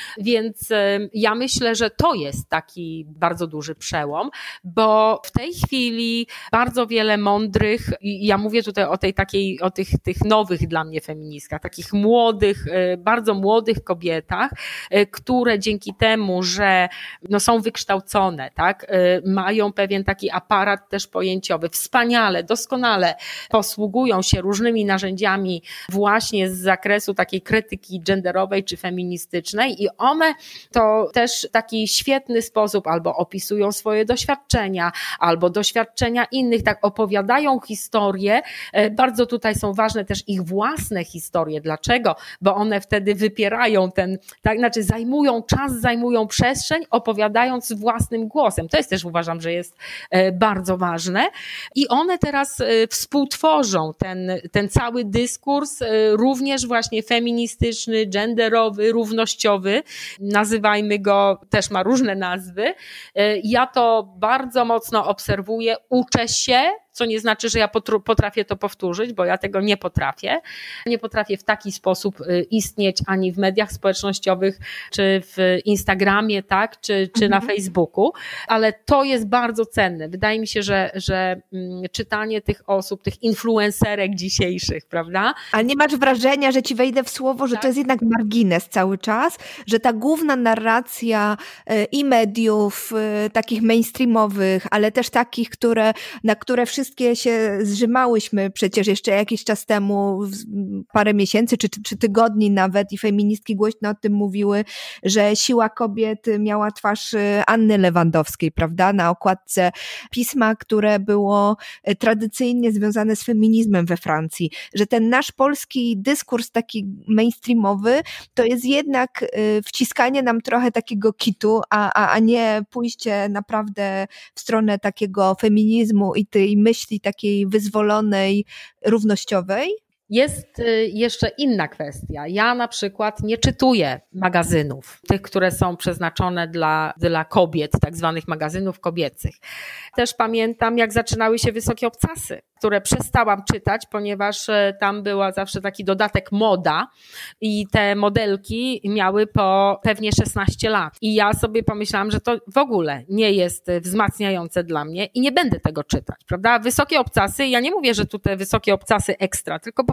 Więc ja myślę, że to jest taki bardzo duży przełom, bo w tej chwili bardzo wiele mądrych, i ja mówię tutaj o tej takiej, o tych, tych nowych dla mnie feministkach, takich młodych, bardzo młodych kobietach, które dzięki temu, że no są wykształcone, tak, mają pewien taki aparat też pojęciowy, wspaniale, doskonale posługują się różnymi narzędziami właśnie z zakresu takiej krytyki genderowej czy feministycznej i one to też w taki świetny sposób albo opisują swoje doświadczenia, albo doświadczenia innych, tak opowiadają historie. Bardzo tutaj są ważne też ich własne historie. Dlaczego? Bo one wtedy wypierają ten, tak, znaczy zajmują czas, zajmują przestrzeń, opowiadając własnym głosem. To jest też, uważam, że jest bardzo ważne. I one teraz współtworzą ten, ten cały dyskurs, również właśnie feministyczny, genderowy, równościowy. Nazywajmy go, też ma różne nazwy. Ja to bardzo mocno obserwuję, uczę się, co nie znaczy, że ja potrafię to powtórzyć, bo ja tego nie potrafię. Nie potrafię w taki sposób istnieć ani w mediach społecznościowych, czy w Instagramie, tak, czy, czy na Facebooku, ale to jest bardzo cenne. Wydaje mi się, że, że czytanie tych osób, tych influencerek dzisiejszych, prawda? Ale nie masz wrażenia, że ci wejdę w słowo, że tak? To jest jednak margines cały czas, że ta główna narracja i mediów takich mainstreamowych, ale też takich, które, na które wszyscy Wszystkie się zrzymałyśmy przecież jeszcze jakiś czas temu, parę miesięcy czy, czy tygodni nawet i feministki głośno o tym mówiły, że siła kobiet miała twarz Anny Lewandowskiej, prawda, na okładce pisma, które było tradycyjnie związane z feminizmem we Francji, że ten nasz polski dyskurs taki mainstreamowy to jest jednak wciskanie nam trochę takiego kitu, a, a, a nie pójście naprawdę w stronę takiego feminizmu i tej myśli takiej wyzwolonej, równościowej? Jest jeszcze inna kwestia. Ja na przykład nie czytuję magazynów, tych, które są przeznaczone dla, dla kobiet, tak zwanych magazynów kobiecych. Też pamiętam, jak zaczynały się Wysokie Obcasy, które przestałam czytać, ponieważ tam była zawsze taki dodatek moda i te modelki miały po pewnie szesnaście lat. I ja sobie pomyślałam, że to w ogóle nie jest wzmacniające dla mnie i nie będę tego czytać, prawda? Wysokie Obcasy, ja nie mówię, że tutaj Wysokie Obcasy ekstra, tylko po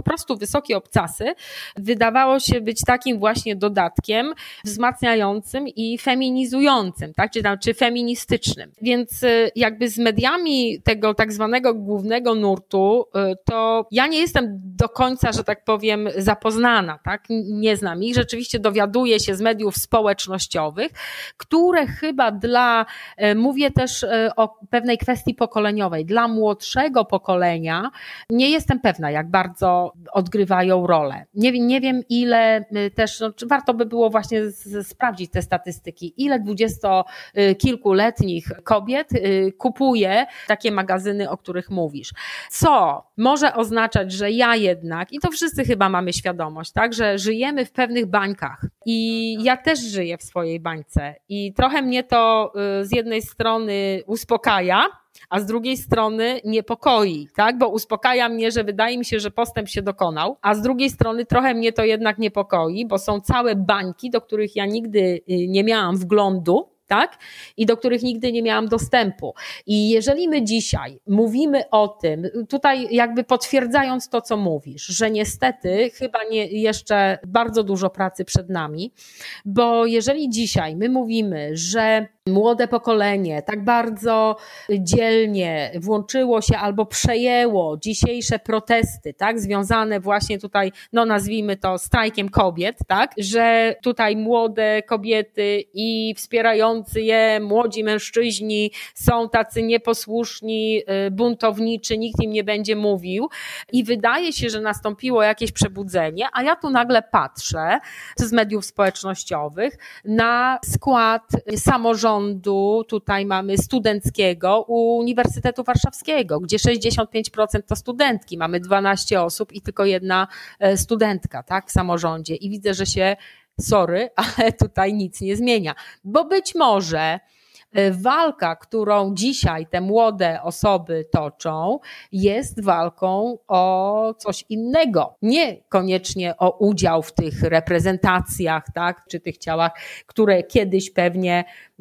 prostu wysokie obcasy wydawało się być takim właśnie dodatkiem wzmacniającym i feminizującym, tak? Czy, tam, czy feministycznym. Więc jakby z mediami tego tak zwanego głównego nurtu, to ja nie jestem do końca, że tak powiem, zapoznana, tak? Nie znam ich. Rzeczywiście dowiaduję się z mediów społecznościowych, które chyba dla, mówię też o pewnej kwestii pokoleniowej, dla młodszego pokolenia nie jestem pewna, jak bardzo odgrywają rolę. Nie, nie wiem, ile też, no, czy warto by było właśnie z, sprawdzić te statystyki, ile dwudziestokilkuletnich kobiet kupuje takie magazyny, o których mówisz. Co może oznaczać, że ja jednak, i to wszyscy chyba mamy świadomość, tak, że żyjemy w pewnych bańkach i ja też żyję w swojej bańce i trochę mnie to z jednej strony uspokaja, a z drugiej strony niepokoi, tak? Bo uspokaja mnie, że wydaje mi się, że postęp się dokonał, a z drugiej strony trochę mnie to jednak niepokoi, bo są całe bańki, do których ja nigdy nie miałam wglądu, tak? I do których nigdy nie miałam dostępu. I jeżeli my dzisiaj mówimy o tym, tutaj jakby potwierdzając to, co mówisz, że niestety chyba nie, jeszcze bardzo dużo pracy przed nami, bo jeżeli dzisiaj my mówimy, że młode pokolenie tak bardzo dzielnie włączyło się albo przejęło dzisiejsze protesty, tak, związane właśnie tutaj, no nazwijmy to strajkiem kobiet, tak, że tutaj młode kobiety i wspierający je młodzi mężczyźni są tacy nieposłuszni, buntowniczy, nikt im nie będzie mówił i wydaje się, że nastąpiło jakieś przebudzenie, a ja tu nagle patrzę z mediów społecznościowych na skład samorządu, tutaj mamy studenckiego Uniwersytetu Warszawskiego, gdzie sześćdziesiąt pięć procent to studentki, mamy dwanaście osób i tylko jedna studentka, tak, w samorządzie i widzę, że się, sorry, ale tutaj nic nie zmienia, bo być może walka, którą dzisiaj te młode osoby toczą, jest walką o coś innego. Nie koniecznie o udział w tych reprezentacjach, tak, czy tych ciałach, które kiedyś pewnie,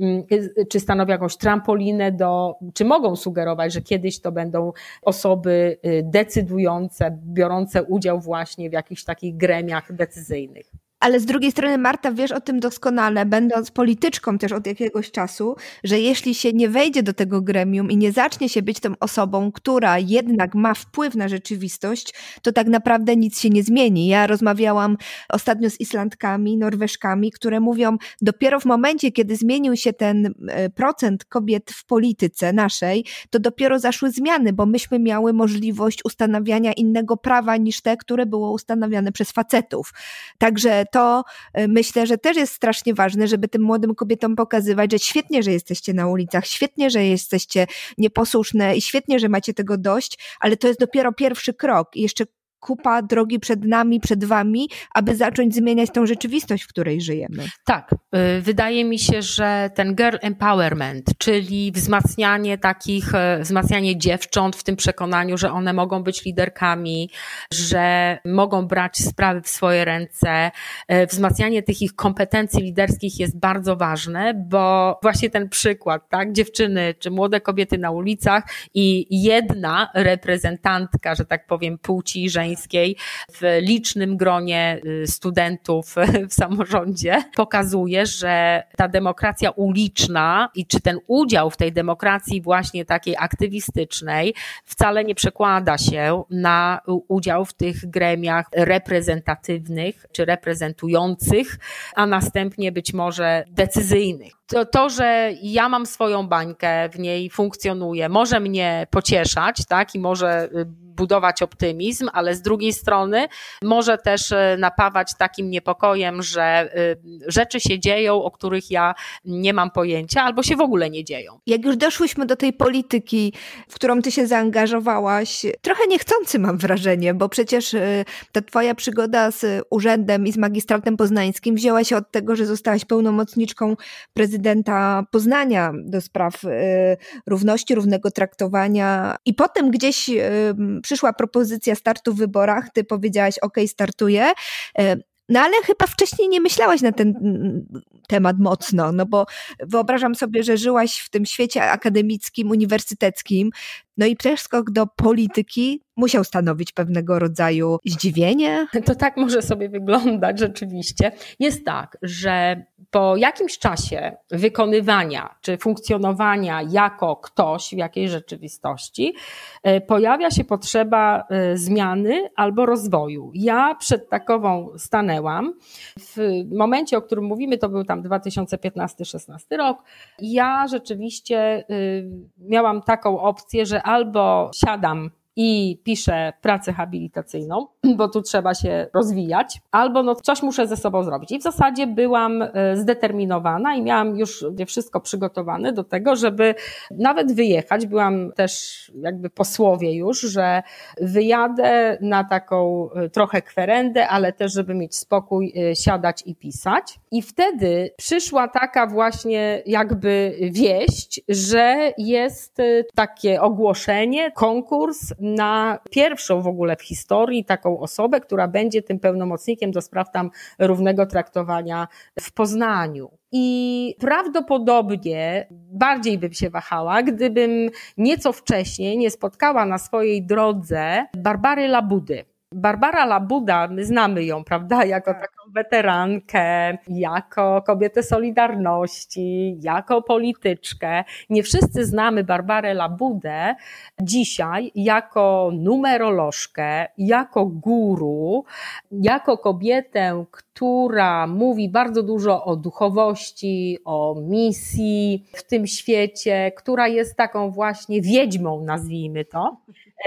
czy stanowią jakąś trampolinę do, czy mogą sugerować, że kiedyś to będą osoby decydujące, biorące udział właśnie w jakichś takich gremiach decyzyjnych. Ale z drugiej strony, Marta, wiesz o tym doskonale, będąc polityczką też od jakiegoś czasu, że jeśli się nie wejdzie do tego gremium i nie zacznie się być tą osobą, która jednak ma wpływ na rzeczywistość, to tak naprawdę nic się nie zmieni. Ja rozmawiałam ostatnio z Islandkami, Norweżkami, które mówią, dopiero w momencie, kiedy zmienił się ten procent kobiet w polityce naszej, to dopiero zaszły zmiany, bo myśmy miały możliwość ustanawiania innego prawa niż te, które było ustanawiane przez facetów. Także to myślę, że też jest strasznie ważne, żeby tym młodym kobietom pokazywać, że świetnie, że jesteście na ulicach, świetnie, że jesteście nieposłuszne i świetnie, że macie tego dość, ale to jest dopiero pierwszy krok i jeszcze kupa drogi przed nami, przed wami, aby zacząć zmieniać tą rzeczywistość, w której żyjemy. Tak, wydaje mi się, że ten girl empowerment, czyli wzmacnianie takich, wzmacnianie dziewcząt w tym przekonaniu, że one mogą być liderkami, że mogą brać sprawy w swoje ręce, wzmacnianie tych ich kompetencji liderskich jest bardzo ważne, bo właśnie ten przykład, tak, dziewczyny czy młode kobiety na ulicach i jedna reprezentantka, że tak powiem, płci żeńskiej, w licznym gronie studentów w samorządzie pokazuje, że ta demokracja uliczna i czy ten udział w tej demokracji właśnie takiej aktywistycznej wcale nie przekłada się na udział w tych gremiach reprezentatywnych czy reprezentujących, a następnie być może decyzyjnych. To, to, że ja mam swoją bańkę, w niej funkcjonuję, może mnie pocieszać, tak, i może budować optymizm, ale z drugiej strony może też napawać takim niepokojem, że rzeczy się dzieją, o których ja nie mam pojęcia, albo się w ogóle nie dzieją. Jak już doszłyśmy do tej polityki, w którą ty się zaangażowałaś, trochę niechcący mam wrażenie, bo przecież ta twoja przygoda z urzędem i z magistratem poznańskim wzięła się od tego, że zostałaś pełnomocniczką prezydenta Poznania do spraw równości, równego traktowania i potem gdzieś przyszła propozycja startu w wyborach, ty powiedziałaś, ok, startuję, No ale chyba wcześniej nie myślałaś na ten temat mocno, no bo wyobrażam sobie, że żyłaś w tym świecie akademickim, uniwersyteckim, no i przeskok do polityki musiał stanowić pewnego rodzaju zdziwienie. To tak może sobie wyglądać rzeczywiście. Jest tak, że po jakimś czasie wykonywania czy funkcjonowania jako ktoś w jakiejś rzeczywistości pojawia się potrzeba zmiany albo rozwoju. Ja przed takową stanęłam. W momencie, o którym mówimy, to był tam dwa tysiące piętnasty szesnasty rok. Ja rzeczywiście miałam taką opcję, że albo siadam i piszę pracę habilitacyjną, bo tu trzeba się rozwijać, albo no coś muszę ze sobą zrobić. I w zasadzie byłam zdeterminowana i miałam już wszystko przygotowane do tego, żeby nawet wyjechać. Byłam też jakby po słowie już, że wyjadę na taką trochę kwerendę, ale też żeby mieć spokój, siadać i pisać. I wtedy przyszła taka właśnie jakby wieść, że jest takie ogłoszenie, konkurs na pierwszą w ogóle w historii taką osobę, która będzie tym pełnomocnikiem do spraw tam równego traktowania w Poznaniu. I prawdopodobnie bardziej bym się wahała, gdybym nieco wcześniej nie spotkała na swojej drodze Barbary Labudy. Barbara Labuda, my znamy ją, prawda, jako taką weterankę, jako kobietę Solidarności, jako polityczkę. Nie wszyscy znamy Barbarę Labudę dzisiaj jako numerolożkę, jako guru, jako kobietę, która mówi bardzo dużo o duchowości, o misji w tym świecie, która jest taką właśnie wiedźmą, nazwijmy to,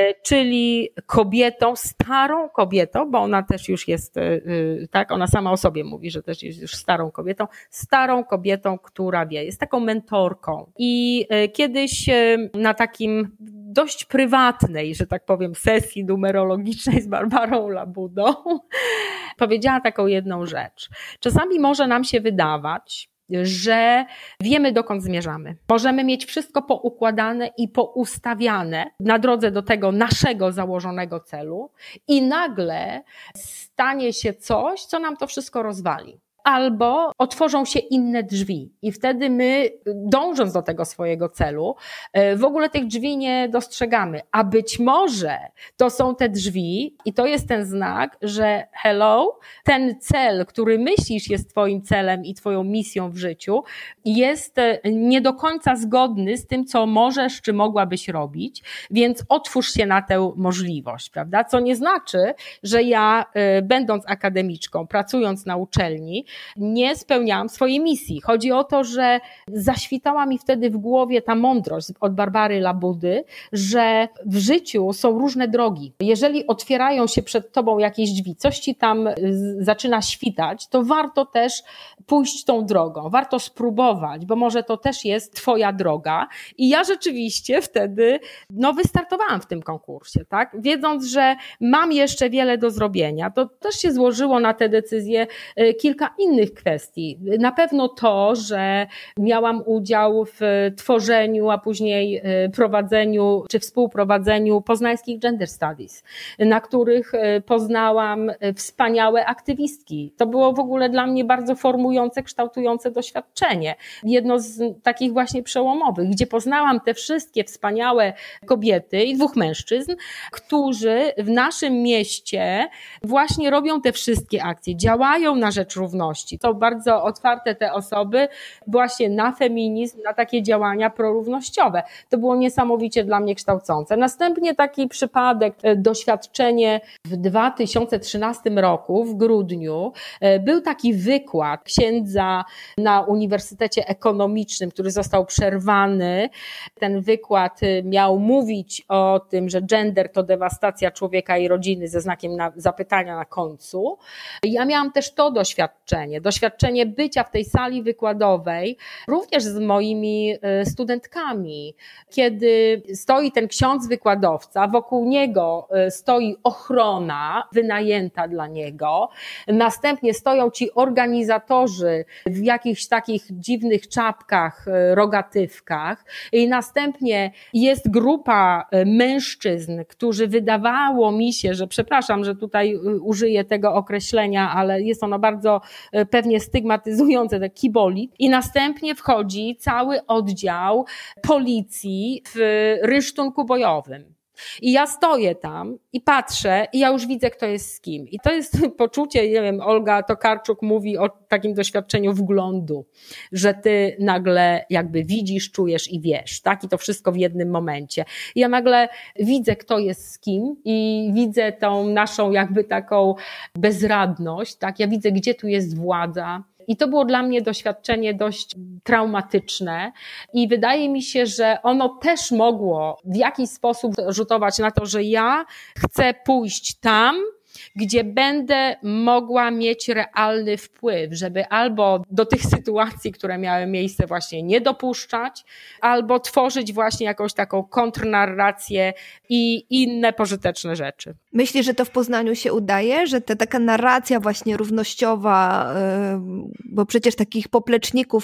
czyli kobietą, starą kobietą, bo ona też już jest, tak, ona sama o sobie mówi, że też jest już starą kobietą, starą kobietą, która wie, jest taką mentorką. I kiedyś na takim dość prywatnej, że tak powiem, sesji numerologicznej z Barbarą Labudą powiedziała taką jedną rzecz. Czasami może nam się wydawać, że wiemy, dokąd zmierzamy. Możemy mieć wszystko poukładane i poustawiane na drodze do tego naszego założonego celu i nagle stanie się coś, co nam to wszystko rozwali. Albo otworzą się inne drzwi i wtedy my, dążąc do tego swojego celu, w ogóle tych drzwi nie dostrzegamy. A być może to są te drzwi i to jest ten znak, że hello, ten cel, który myślisz jest twoim celem i twoją misją w życiu, jest nie do końca zgodny z tym, co możesz czy mogłabyś robić, więc otwórz się na tę możliwość, prawda? Co nie znaczy, że ja, będąc akademiczką, pracując na uczelni, nie spełniałam swojej misji. Chodzi o to, że zaświtała mi wtedy w głowie ta mądrość od Barbary Labudy, że w życiu są różne drogi. Jeżeli otwierają się przed tobą jakieś drzwi, coś ci tam zaczyna świtać, to warto też pójść tą drogą, warto spróbować, bo może to też jest twoja droga. I ja rzeczywiście wtedy no, wystartowałam w tym konkursie, tak? Wiedząc, że mam jeszcze wiele do zrobienia. To też się złożyło na tę decyzję kilka innych kwestii. Na pewno to, że miałam udział w tworzeniu, a później prowadzeniu czy współprowadzeniu poznańskich Gender Studies, na których poznałam wspaniałe aktywistki. To było w ogóle dla mnie bardzo formujące, kształtujące doświadczenie. Jedno z takich właśnie przełomowych, gdzie poznałam te wszystkie wspaniałe kobiety i dwóch mężczyzn, którzy w naszym mieście właśnie robią te wszystkie akcje, działają na rzecz równości. Są bardzo otwarte te osoby właśnie na feminizm, na takie działania prorównościowe. To było niesamowicie dla mnie kształcące. Następnie taki przypadek, doświadczenie w dwa tysiące trzynastym roku, w grudniu, był taki wykład księdza na Uniwersytecie Ekonomicznym, który został przerwany. Ten wykład miał mówić o tym, że gender to dewastacja człowieka i rodziny ze znakiem na, zapytania na końcu. Ja miałam też to doświadczenie, doświadczenie bycia w tej sali wykładowej, również z moimi studentkami, kiedy stoi ten ksiądz wykładowca, wokół niego stoi ochrona wynajęta dla niego, następnie stoją ci organizatorzy ciąży, w jakichś takich dziwnych czapkach, rogatywkach i następnie jest grupa mężczyzn, którzy wydawało mi się, że przepraszam, że tutaj użyję tego określenia, ale jest ono bardzo pewnie stygmatyzujące, tak kiboli, i następnie wchodzi cały oddział policji w rysztunku bojowym. I ja stoję tam i patrzę i ja już widzę, kto jest z kim. I to jest poczucie, nie wiem, Olga Tokarczuk mówi o takim doświadczeniu wglądu, że ty nagle jakby widzisz, czujesz i wiesz, tak? I to wszystko w jednym momencie. I ja nagle widzę, kto jest z kim i widzę tą naszą jakby taką bezradność, tak? Ja widzę, gdzie tu jest władza. I to było dla mnie doświadczenie dość traumatyczne i wydaje mi się, że ono też mogło w jakiś sposób rzutować na to, że ja chcę pójść tam, gdzie będę mogła mieć realny wpływ, żeby albo do tych sytuacji, które miały miejsce, właśnie nie dopuszczać, albo tworzyć właśnie jakąś taką kontrnarrację i inne pożyteczne rzeczy. Myślisz, że to w Poznaniu się udaje, że ta taka narracja właśnie równościowa, bo przecież takich popleczników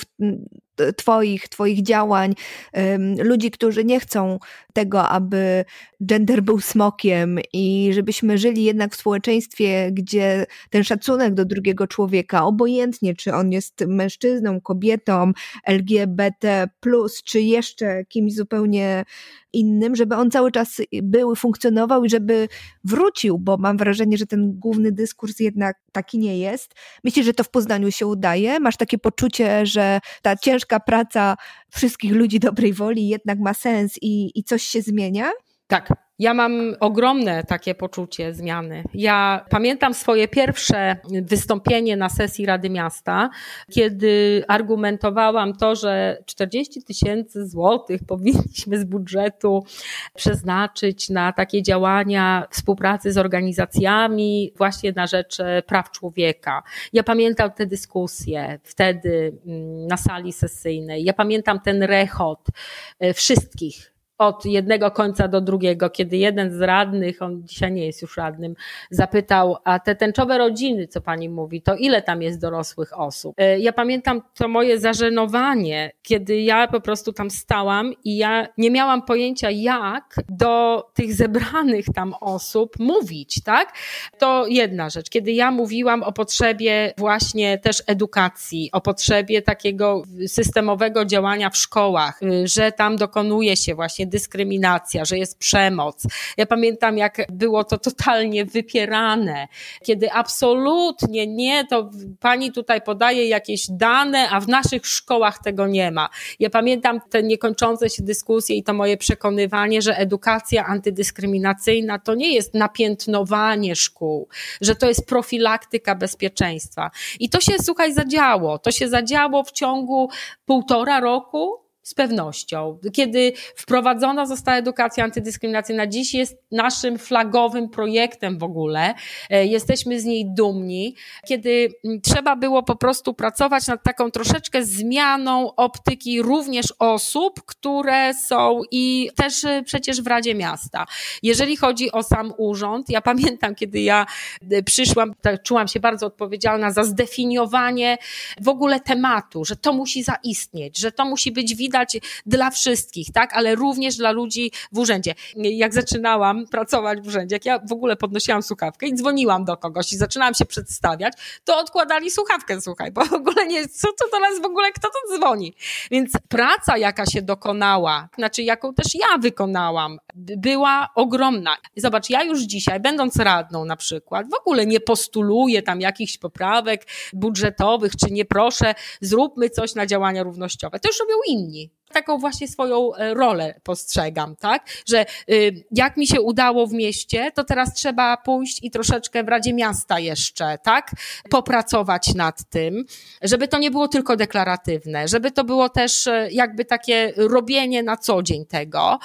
twoich, twoich działań, ludzi, którzy nie chcą tego, aby gender był smokiem i żebyśmy żyli jednak w społeczeństwie, gdzie ten szacunek do drugiego człowieka, obojętnie czy on jest mężczyzną, kobietą, L G B T plus, czy jeszcze kimś zupełnie innym, żeby on cały czas był, funkcjonował i żeby wrócił, bo mam wrażenie, że ten główny dyskurs jednak taki nie jest. Myślisz, że to w Poznaniu się udaje? Masz takie poczucie, że ta ciężka praca wszystkich ludzi dobrej woli jednak ma sens i, i coś się zmienia? Tak. Ja mam ogromne takie poczucie zmiany. Ja pamiętam swoje pierwsze wystąpienie na sesji Rady Miasta, kiedy argumentowałam to, że czterdzieści tysięcy złotych powinniśmy z budżetu przeznaczyć na takie działania współpracy z organizacjami właśnie na rzecz praw człowieka. Ja pamiętam te dyskusje wtedy na sali sesyjnej. Ja pamiętam ten rechot wszystkich, od jednego końca do drugiego, kiedy jeden z radnych, on dzisiaj nie jest już radnym, zapytał, a te tęczowe rodziny, co pani mówi, to ile tam jest dorosłych osób? Ja pamiętam to moje zażenowanie, kiedy ja po prostu tam stałam i ja nie miałam pojęcia, jak do tych zebranych tam osób mówić, tak? To jedna rzecz. Kiedy ja mówiłam o potrzebie właśnie też edukacji, o potrzebie takiego systemowego działania w szkołach, że tam dokonuje się właśnie dyskryminacja, że jest przemoc. Ja pamiętam, jak było to totalnie wypierane, kiedy absolutnie nie, to pani tutaj podaje jakieś dane, a w naszych szkołach tego nie ma. Ja pamiętam te niekończące się dyskusje i to moje przekonywanie, że edukacja antydyskryminacyjna to nie jest napiętnowanie szkół, że to jest profilaktyka bezpieczeństwa. I to się, słuchaj, zadziało. To się zadziało w ciągu półtora roku, z pewnością. Kiedy wprowadzona została edukacja antydyskryminacyjna, dziś jest naszym flagowym projektem w ogóle. Jesteśmy z niej dumni. Kiedy trzeba było po prostu pracować nad taką troszeczkę zmianą optyki również osób, które są i też przecież w Radzie Miasta. Jeżeli chodzi o sam urząd, ja pamiętam, kiedy ja przyszłam, czułam się bardzo odpowiedzialna za zdefiniowanie w ogóle tematu, że to musi zaistnieć, że to musi być widać dla wszystkich, tak, ale również dla ludzi w urzędzie. Jak zaczynałam pracować w urzędzie, jak ja w ogóle podnosiłam słuchawkę i dzwoniłam do kogoś i zaczynałam się przedstawiać, to odkładali słuchawkę, słuchaj, bo w ogóle nie, co to do nas w ogóle, kto to dzwoni? Więc praca, jaka się dokonała, znaczy jaką też ja wykonałam, była ogromna. Zobacz, ja już dzisiaj, będąc radną na przykład, w ogóle nie postuluję tam jakichś poprawek budżetowych, czy nie proszę, zróbmy coś na działania równościowe. To już robią inni. Taką właśnie swoją rolę postrzegam, tak? Że y, jak mi się udało w mieście, to teraz trzeba pójść i troszeczkę w Radzie Miasta jeszcze, tak? Popracować nad tym, żeby to nie było tylko deklaratywne, żeby to było też jakby takie robienie na co dzień tego.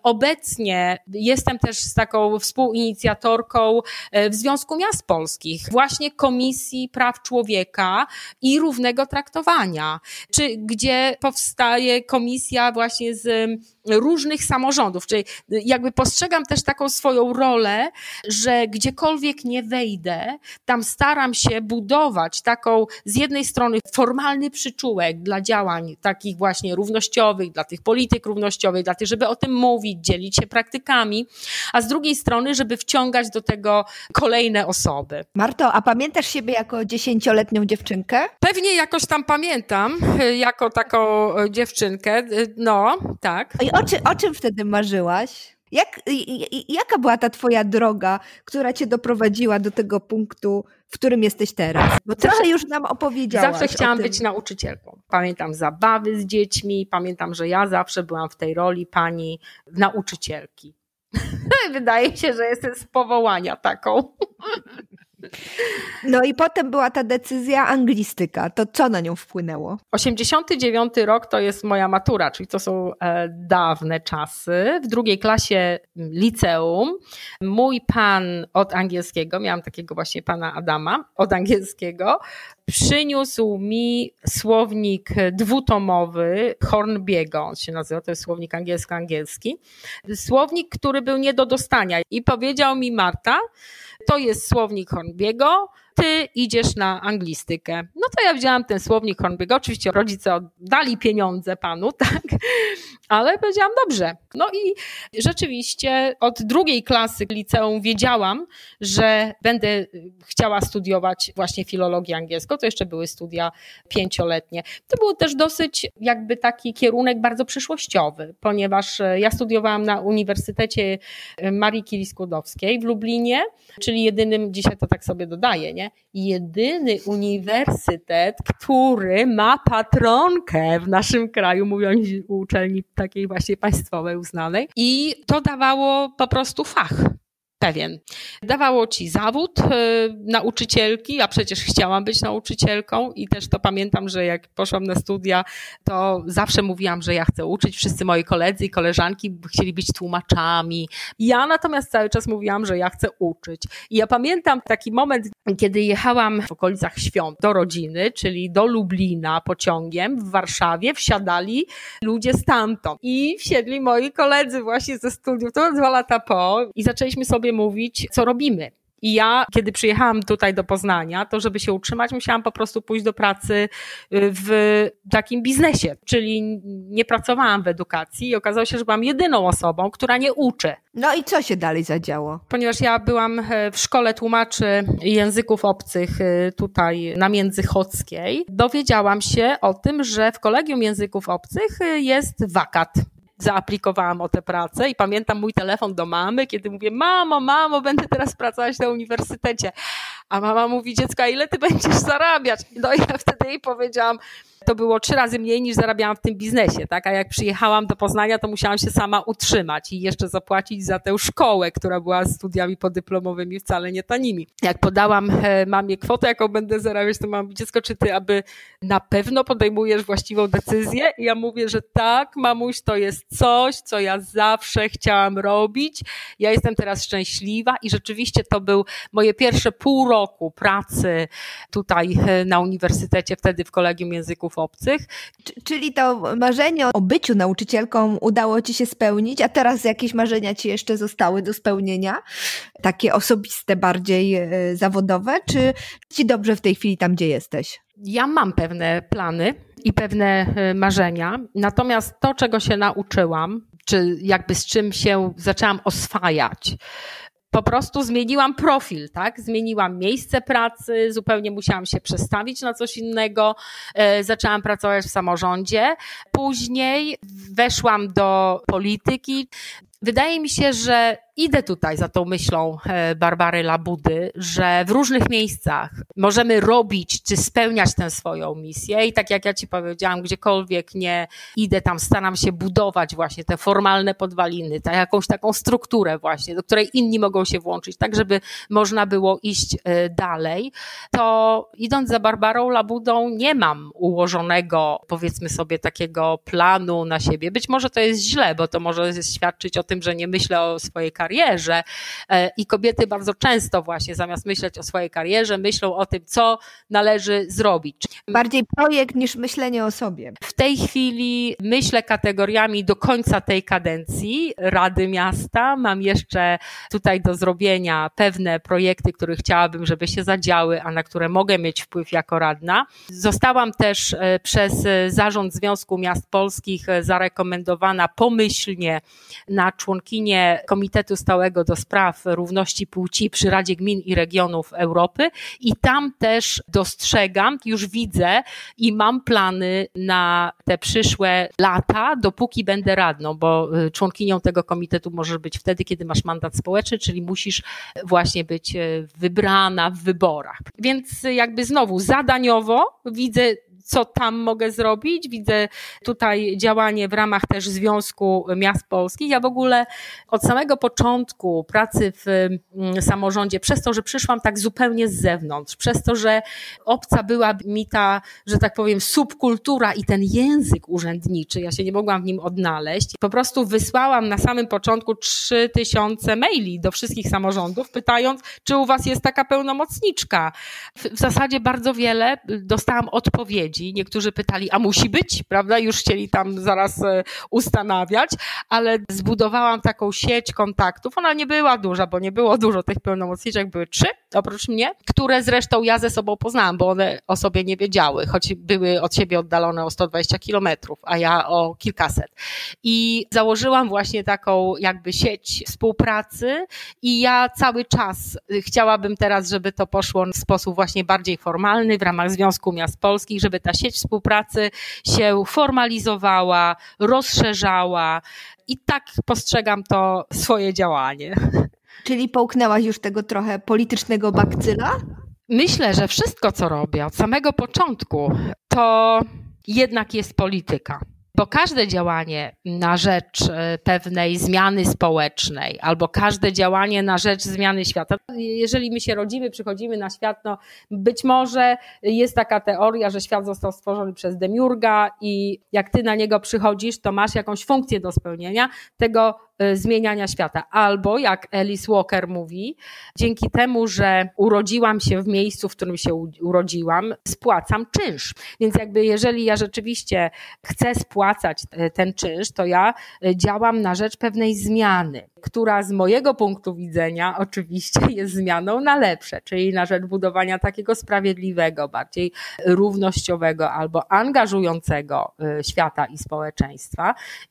Obecnie jestem też z taką współinicjatorką w Związku Miast Polskich, właśnie Komisji Praw Człowieka i Równego Traktowania, czy gdzie powstaje komisja misja właśnie z różnych samorządów, czyli jakby postrzegam też taką swoją rolę, że gdziekolwiek nie wejdę, tam staram się budować taką z jednej strony formalny przyczółek dla działań takich właśnie równościowych, dla tych polityk równościowych, dla tych, żeby o tym mówić, dzielić się praktykami, a z drugiej strony, żeby wciągać do tego kolejne osoby. Marto, a pamiętasz siebie jako dziesięcioletnią dziewczynkę? Pewnie jakoś tam pamiętam, jako taką dziewczynkę, no tak. I o, czy, o czym wtedy marzyłaś? Jak, jaka była ta twoja droga, która cię doprowadziła do tego punktu, w którym jesteś teraz? Bo trochę już nam opowiedziałaś. Zawsze chciałam być nauczycielką. Pamiętam zabawy z dziećmi, pamiętam, że ja zawsze byłam w tej roli pani nauczycielki. Wydaje się, że jestem z powołania taką. No i potem była ta decyzja anglistyka. To co na nią wpłynęło? osiemdziesiąty dziewiąty rok to jest moja matura, czyli to są e, dawne czasy. W drugiej klasie liceum mój pan od angielskiego, miałam takiego właśnie pana Adama od angielskiego, przyniósł mi słownik dwutomowy Hornbiego, on się nazywa, to jest słownik angielsko-angielski. Słownik, który był nie do dostania i powiedział mi: Marta, to jest słownik Hornbiego, ty idziesz na anglistykę. No to ja wzięłam ten słownik Hornbiego, oczywiście rodzice oddali pieniądze panu, tak, ale powiedziałam dobrze. No i rzeczywiście od drugiej klasy liceum wiedziałam, że będę chciała studiować właśnie filologię angielską, to jeszcze były studia pięcioletnie. To był też dosyć jakby taki kierunek bardzo przyszłościowy, ponieważ ja studiowałam na Uniwersytecie Marii Curie-Skłodowskiej w Lublinie, czyli jedynym, dzisiaj to tak sobie dodaję, nie? Jedyny uniwersytet, który ma patronkę w naszym kraju, mówiąc o uczelni takiej właśnie państwowej uznanej, i to dawało po prostu fach pewien. Dawało ci zawód y, nauczycielki, a przecież chciałam być nauczycielką i też to pamiętam, że jak poszłam na studia, to zawsze mówiłam, że ja chcę uczyć. Wszyscy moi koledzy i koleżanki chcieli być tłumaczami. Ja natomiast cały czas mówiłam, że ja chcę uczyć. I ja pamiętam taki moment, kiedy jechałam w okolicach świąt do rodziny, czyli do Lublina pociągiem w Warszawie, wsiadali ludzie stamtąd i wsiedli moi koledzy właśnie ze studiów, to dwa lata po, i zaczęliśmy sobie mówić, co robimy. I ja, kiedy przyjechałam tutaj do Poznania, to żeby się utrzymać, musiałam po prostu pójść do pracy w takim biznesie, czyli nie pracowałam w edukacji i okazało się, że byłam jedyną osobą, która nie uczy. No i co się dalej zadziało? Ponieważ ja byłam w szkole tłumaczy języków obcych tutaj na Międzychodzkiej, dowiedziałam się o tym, że w Kolegium Języków Obcych jest wakat. Zaaplikowałam o tę pracę i pamiętam mój telefon do mamy, kiedy mówię: mamo, mamo, będę teraz pracować na uniwersytecie. A mama mówi: dziecka, ile ty będziesz zarabiać? No i ja wtedy jej powiedziałam, to było trzy razy mniej niż zarabiałam w tym biznesie, tak? A jak przyjechałam do Poznania, to musiałam się sama utrzymać i jeszcze zapłacić za tę szkołę, która była studiami podyplomowymi wcale nie tanimi. Jak podałam mamie kwotę, jaką będę zarabiać, to mama mówi: dziecko, czy ty aby na pewno podejmujesz właściwą decyzję? I ja mówię, że tak, mamuś, to jest coś, co ja zawsze chciałam robić. Ja jestem teraz szczęśliwa i rzeczywiście to był moje pierwsze pół roku pracy tutaj na uniwersytecie, wtedy w Kolegium Języków Obcych. Czyli to marzenie o byciu nauczycielką udało ci się spełnić, a teraz jakieś marzenia ci jeszcze zostały do spełnienia? Takie osobiste, bardziej zawodowe? Czy ci dobrze w tej chwili tam, gdzie jesteś? Ja mam pewne plany i pewne marzenia, natomiast to, czego się nauczyłam, czy jakby z czym się zaczęłam oswajać, po prostu zmieniłam profil, tak? Zmieniłam miejsce pracy, zupełnie musiałam się przestawić na coś innego. E, zaczęłam pracować w samorządzie. Później weszłam do polityki. Wydaje mi się, że idę tutaj za tą myślą Barbary Labudy, że w różnych miejscach możemy robić czy spełniać tę swoją misję i tak jak ja ci powiedziałam, gdziekolwiek nie idę, tam staram się budować właśnie te formalne podwaliny, ta, jakąś taką strukturę właśnie, do której inni mogą się włączyć, tak żeby można było iść dalej. To idąc za Barbarą Labudą nie mam ułożonego, powiedzmy sobie, takiego planu na siebie. Być może to jest źle, bo to może świadczyć o tym, że nie myślę o swojej karierze i kobiety bardzo często właśnie zamiast myśleć o swojej karierze, myślą o tym, co należy zrobić. Bardziej projekt niż myślenie o sobie. W tej chwili myślę kategoriami do końca tej kadencji Rady Miasta. Mam jeszcze tutaj do zrobienia pewne projekty, które chciałabym, żeby się zadziały, a na które mogę mieć wpływ jako radna. Zostałam też przez Zarząd Związku Miast Polskich zarekomendowana pomyślnie na członkinię Komitetu Stałego do Spraw Równości Płci przy Radzie Gmin i Regionów Europy i tam też dostrzegam, już widzę i mam plany na te przyszłe lata, dopóki będę radną, bo członkinią tego komitetu możesz być wtedy, kiedy masz mandat społeczny, czyli musisz właśnie być wybrana w wyborach. Więc jakby znowu zadaniowo widzę, co tam mogę zrobić. Widzę tutaj działanie w ramach też Związku Miast Polskich. Ja w ogóle od samego początku pracy w samorządzie, przez to, że przyszłam tak zupełnie z zewnątrz, przez to, że obca była mi ta, że tak powiem, subkultura i ten język urzędniczy, ja się nie mogłam w nim odnaleźć. Po prostu wysłałam na samym początku trzy tysiące maili do wszystkich samorządów, pytając, czy u was jest taka pełnomocniczka. W zasadzie bardzo wiele dostałam odpowiedzi. Niektórzy pytali, a musi być, prawda? Już chcieli tam zaraz ustanawiać, ale zbudowałam taką sieć kontaktów. Ona nie była duża, bo nie było dużo tych pełnomocniczek, były trzy oprócz mnie, które zresztą ja ze sobą poznałam, bo one o sobie nie wiedziały, choć były od siebie oddalone o sto dwadzieścia kilometrów, a ja o kilkaset. I założyłam właśnie taką jakby sieć współpracy i ja cały czas chciałabym teraz, żeby to poszło w sposób właśnie bardziej formalny w ramach Związku Miast Polskich, żeby ta sieć współpracy się formalizowała, rozszerzała i tak postrzegam to swoje działanie. Czyli połknęłaś już tego trochę politycznego bakcyla? Myślę, że wszystko, co robię od samego początku, to jednak jest polityka. Bo każde działanie na rzecz pewnej zmiany społecznej albo każde działanie na rzecz zmiany świata, jeżeli my się rodzimy, przychodzimy na świat, no być może jest taka teoria, że świat został stworzony przez demiurga i jak ty na niego przychodzisz, to masz jakąś funkcję do spełnienia tego zmieniania świata. Albo jak Alice Walker mówi, dzięki temu, że urodziłam się w miejscu, w którym się urodziłam, spłacam czynsz. Więc jakby jeżeli ja rzeczywiście chcę spłacać ten czynsz, to ja działam na rzecz pewnej zmiany, która z mojego punktu widzenia oczywiście jest zmianą na lepsze, czyli na rzecz budowania takiego sprawiedliwego, bardziej równościowego albo angażującego świata i społeczeństwa.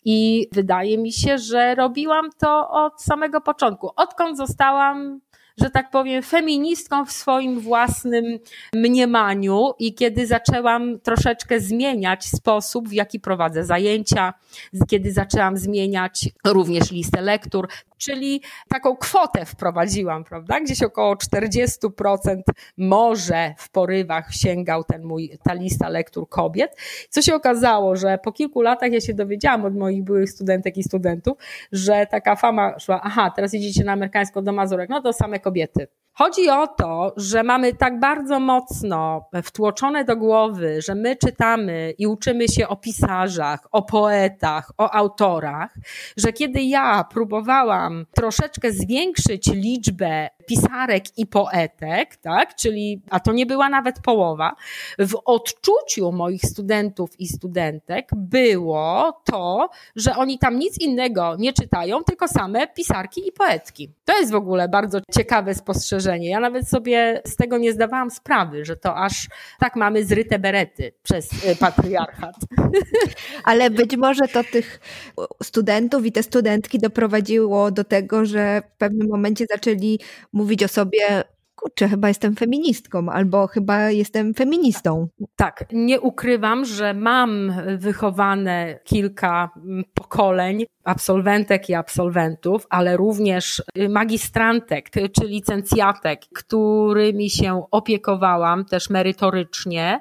I wydaje mi się, że robiłam to od samego początku. Odkąd zostałam, że tak powiem, feministką w swoim własnym mniemaniu i kiedy zaczęłam troszeczkę zmieniać sposób, w jaki prowadzę zajęcia, kiedy zaczęłam zmieniać również listę lektur, czyli taką kwotę wprowadziłam, prawda? Gdzieś około czterdzieści procent może w porywach sięgał ten mój, ta lista lektur kobiet. Co się okazało, że po kilku latach ja się dowiedziałam od moich byłych studentek i studentów, że taka fama szła, aha, teraz idziecie na amerykańską do Mazurek, no to same kobiety. Chodzi o to, że mamy tak bardzo mocno wtłoczone do głowy, że my czytamy i uczymy się o pisarzach, o poetach, o autorach, że kiedy ja próbowałam troszeczkę zwiększyć liczbę pisarek i poetek, tak, czyli, a to nie była nawet połowa, w odczuciu moich studentów i studentek było to, że oni tam nic innego nie czytają, tylko same pisarki i poetki. To jest w ogóle bardzo ciekawe spostrzeżenie. Ja nawet sobie z tego nie zdawałam sprawy, że to aż tak mamy zryte berety przez patriarchat. Ale być może to tych studentów i te studentki doprowadziło do tego, że w pewnym momencie zaczęli mówić o sobie, kurczę, chyba jestem feministką, albo chyba jestem feministą. Tak, nie ukrywam, że mam wychowane kilka pokoleń absolwentek i absolwentów, ale również magistrantek czy licencjatek, którymi się opiekowałam też merytorycznie,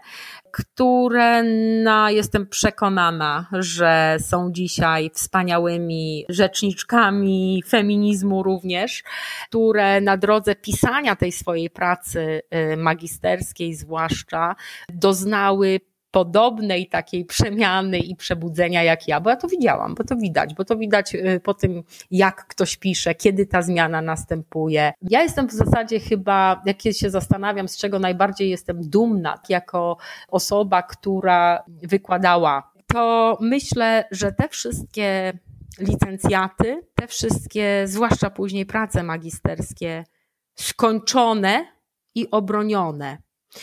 które no, jestem przekonana, że są dzisiaj wspaniałymi rzeczniczkami feminizmu również, które na drodze pisania tej swojej pracy magisterskiej zwłaszcza doznały podobnej takiej przemiany i przebudzenia jak ja, bo ja to widziałam, bo to widać, bo to widać po tym, jak ktoś pisze, kiedy ta zmiana następuje. Ja jestem w zasadzie chyba, jak się zastanawiam, z czego najbardziej jestem dumna, jako osoba, która wykładała, to myślę, że te wszystkie licencjaty, te wszystkie, zwłaszcza później prace magisterskie, skończone i obronione.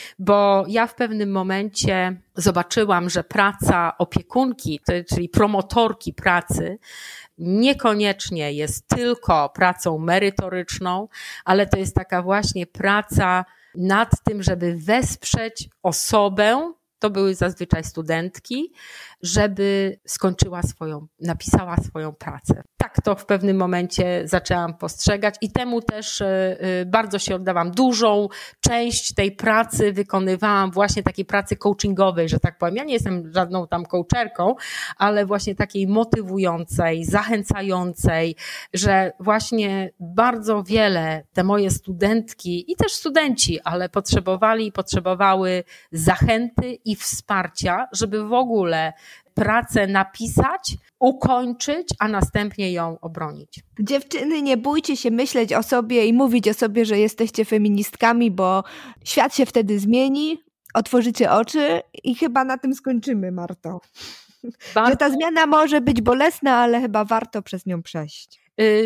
Bo ja w pewnym momencie zobaczyłam, że praca opiekunki, czyli promotorki pracy, niekoniecznie jest tylko pracą merytoryczną, ale to jest taka właśnie praca nad tym, żeby wesprzeć osobę, to były zazwyczaj studentki, żeby skończyła swoją, napisała swoją pracę. Tak to w pewnym momencie zaczęłam postrzegać i temu też bardzo się oddawałam. Dużą część tej pracy wykonywałam właśnie takiej pracy coachingowej, że tak powiem. Ja nie jestem żadną tam coacherką, ale właśnie takiej motywującej, zachęcającej, że właśnie bardzo wiele te moje studentki i też studenci, ale potrzebowali i potrzebowały zachęty i wsparcia, żeby w ogóle pracę napisać, ukończyć, a następnie ją obronić. Dziewczyny, nie bójcie się myśleć o sobie i mówić o sobie, że jesteście feministkami, bo świat się wtedy zmieni, otworzycie oczy i chyba na tym skończymy, Marto. Bardzo... Że ta zmiana może być bolesna, ale chyba warto przez nią przejść.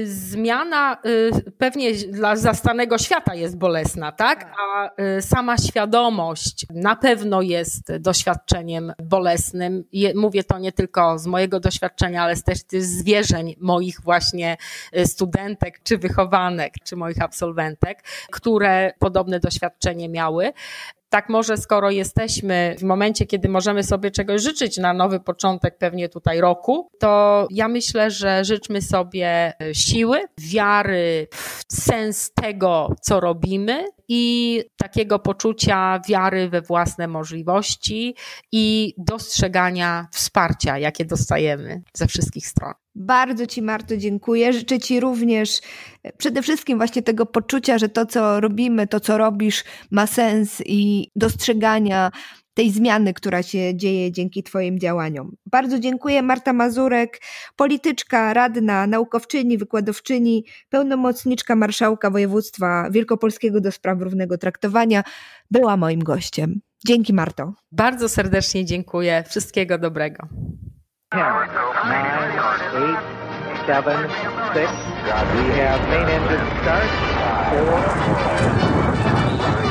Zmiana pewnie dla zastanego świata jest bolesna, tak? A sama świadomość na pewno jest doświadczeniem bolesnym. Mówię to nie tylko z mojego doświadczenia, ale też z wierzeń moich właśnie studentek, czy wychowanek, czy moich absolwentek, które podobne doświadczenie miały. Tak może skoro jesteśmy w momencie, kiedy możemy sobie czegoś życzyć na nowy początek pewnie tutaj roku, to ja myślę, że życzmy sobie siły, wiary w sens tego, co robimy i takiego poczucia wiary we własne możliwości i dostrzegania wsparcia, jakie dostajemy ze wszystkich stron. Bardzo Ci, Marto, dziękuję. Życzę Ci również przede wszystkim właśnie tego poczucia, że to, co robimy, to, co robisz, ma sens i dostrzegania tej zmiany, która się dzieje dzięki Twoim działaniom. Bardzo dziękuję. Marta Mazurek, polityczka, radna, naukowczyni, wykładowczyni, pełnomocniczka marszałka województwa wielkopolskiego do spraw równego traktowania, była moim gościem. Dzięki, Marto. Bardzo serdecznie dziękuję. Wszystkiego dobrego. ten, nine, eight, seven, six. We have main engine start. Four.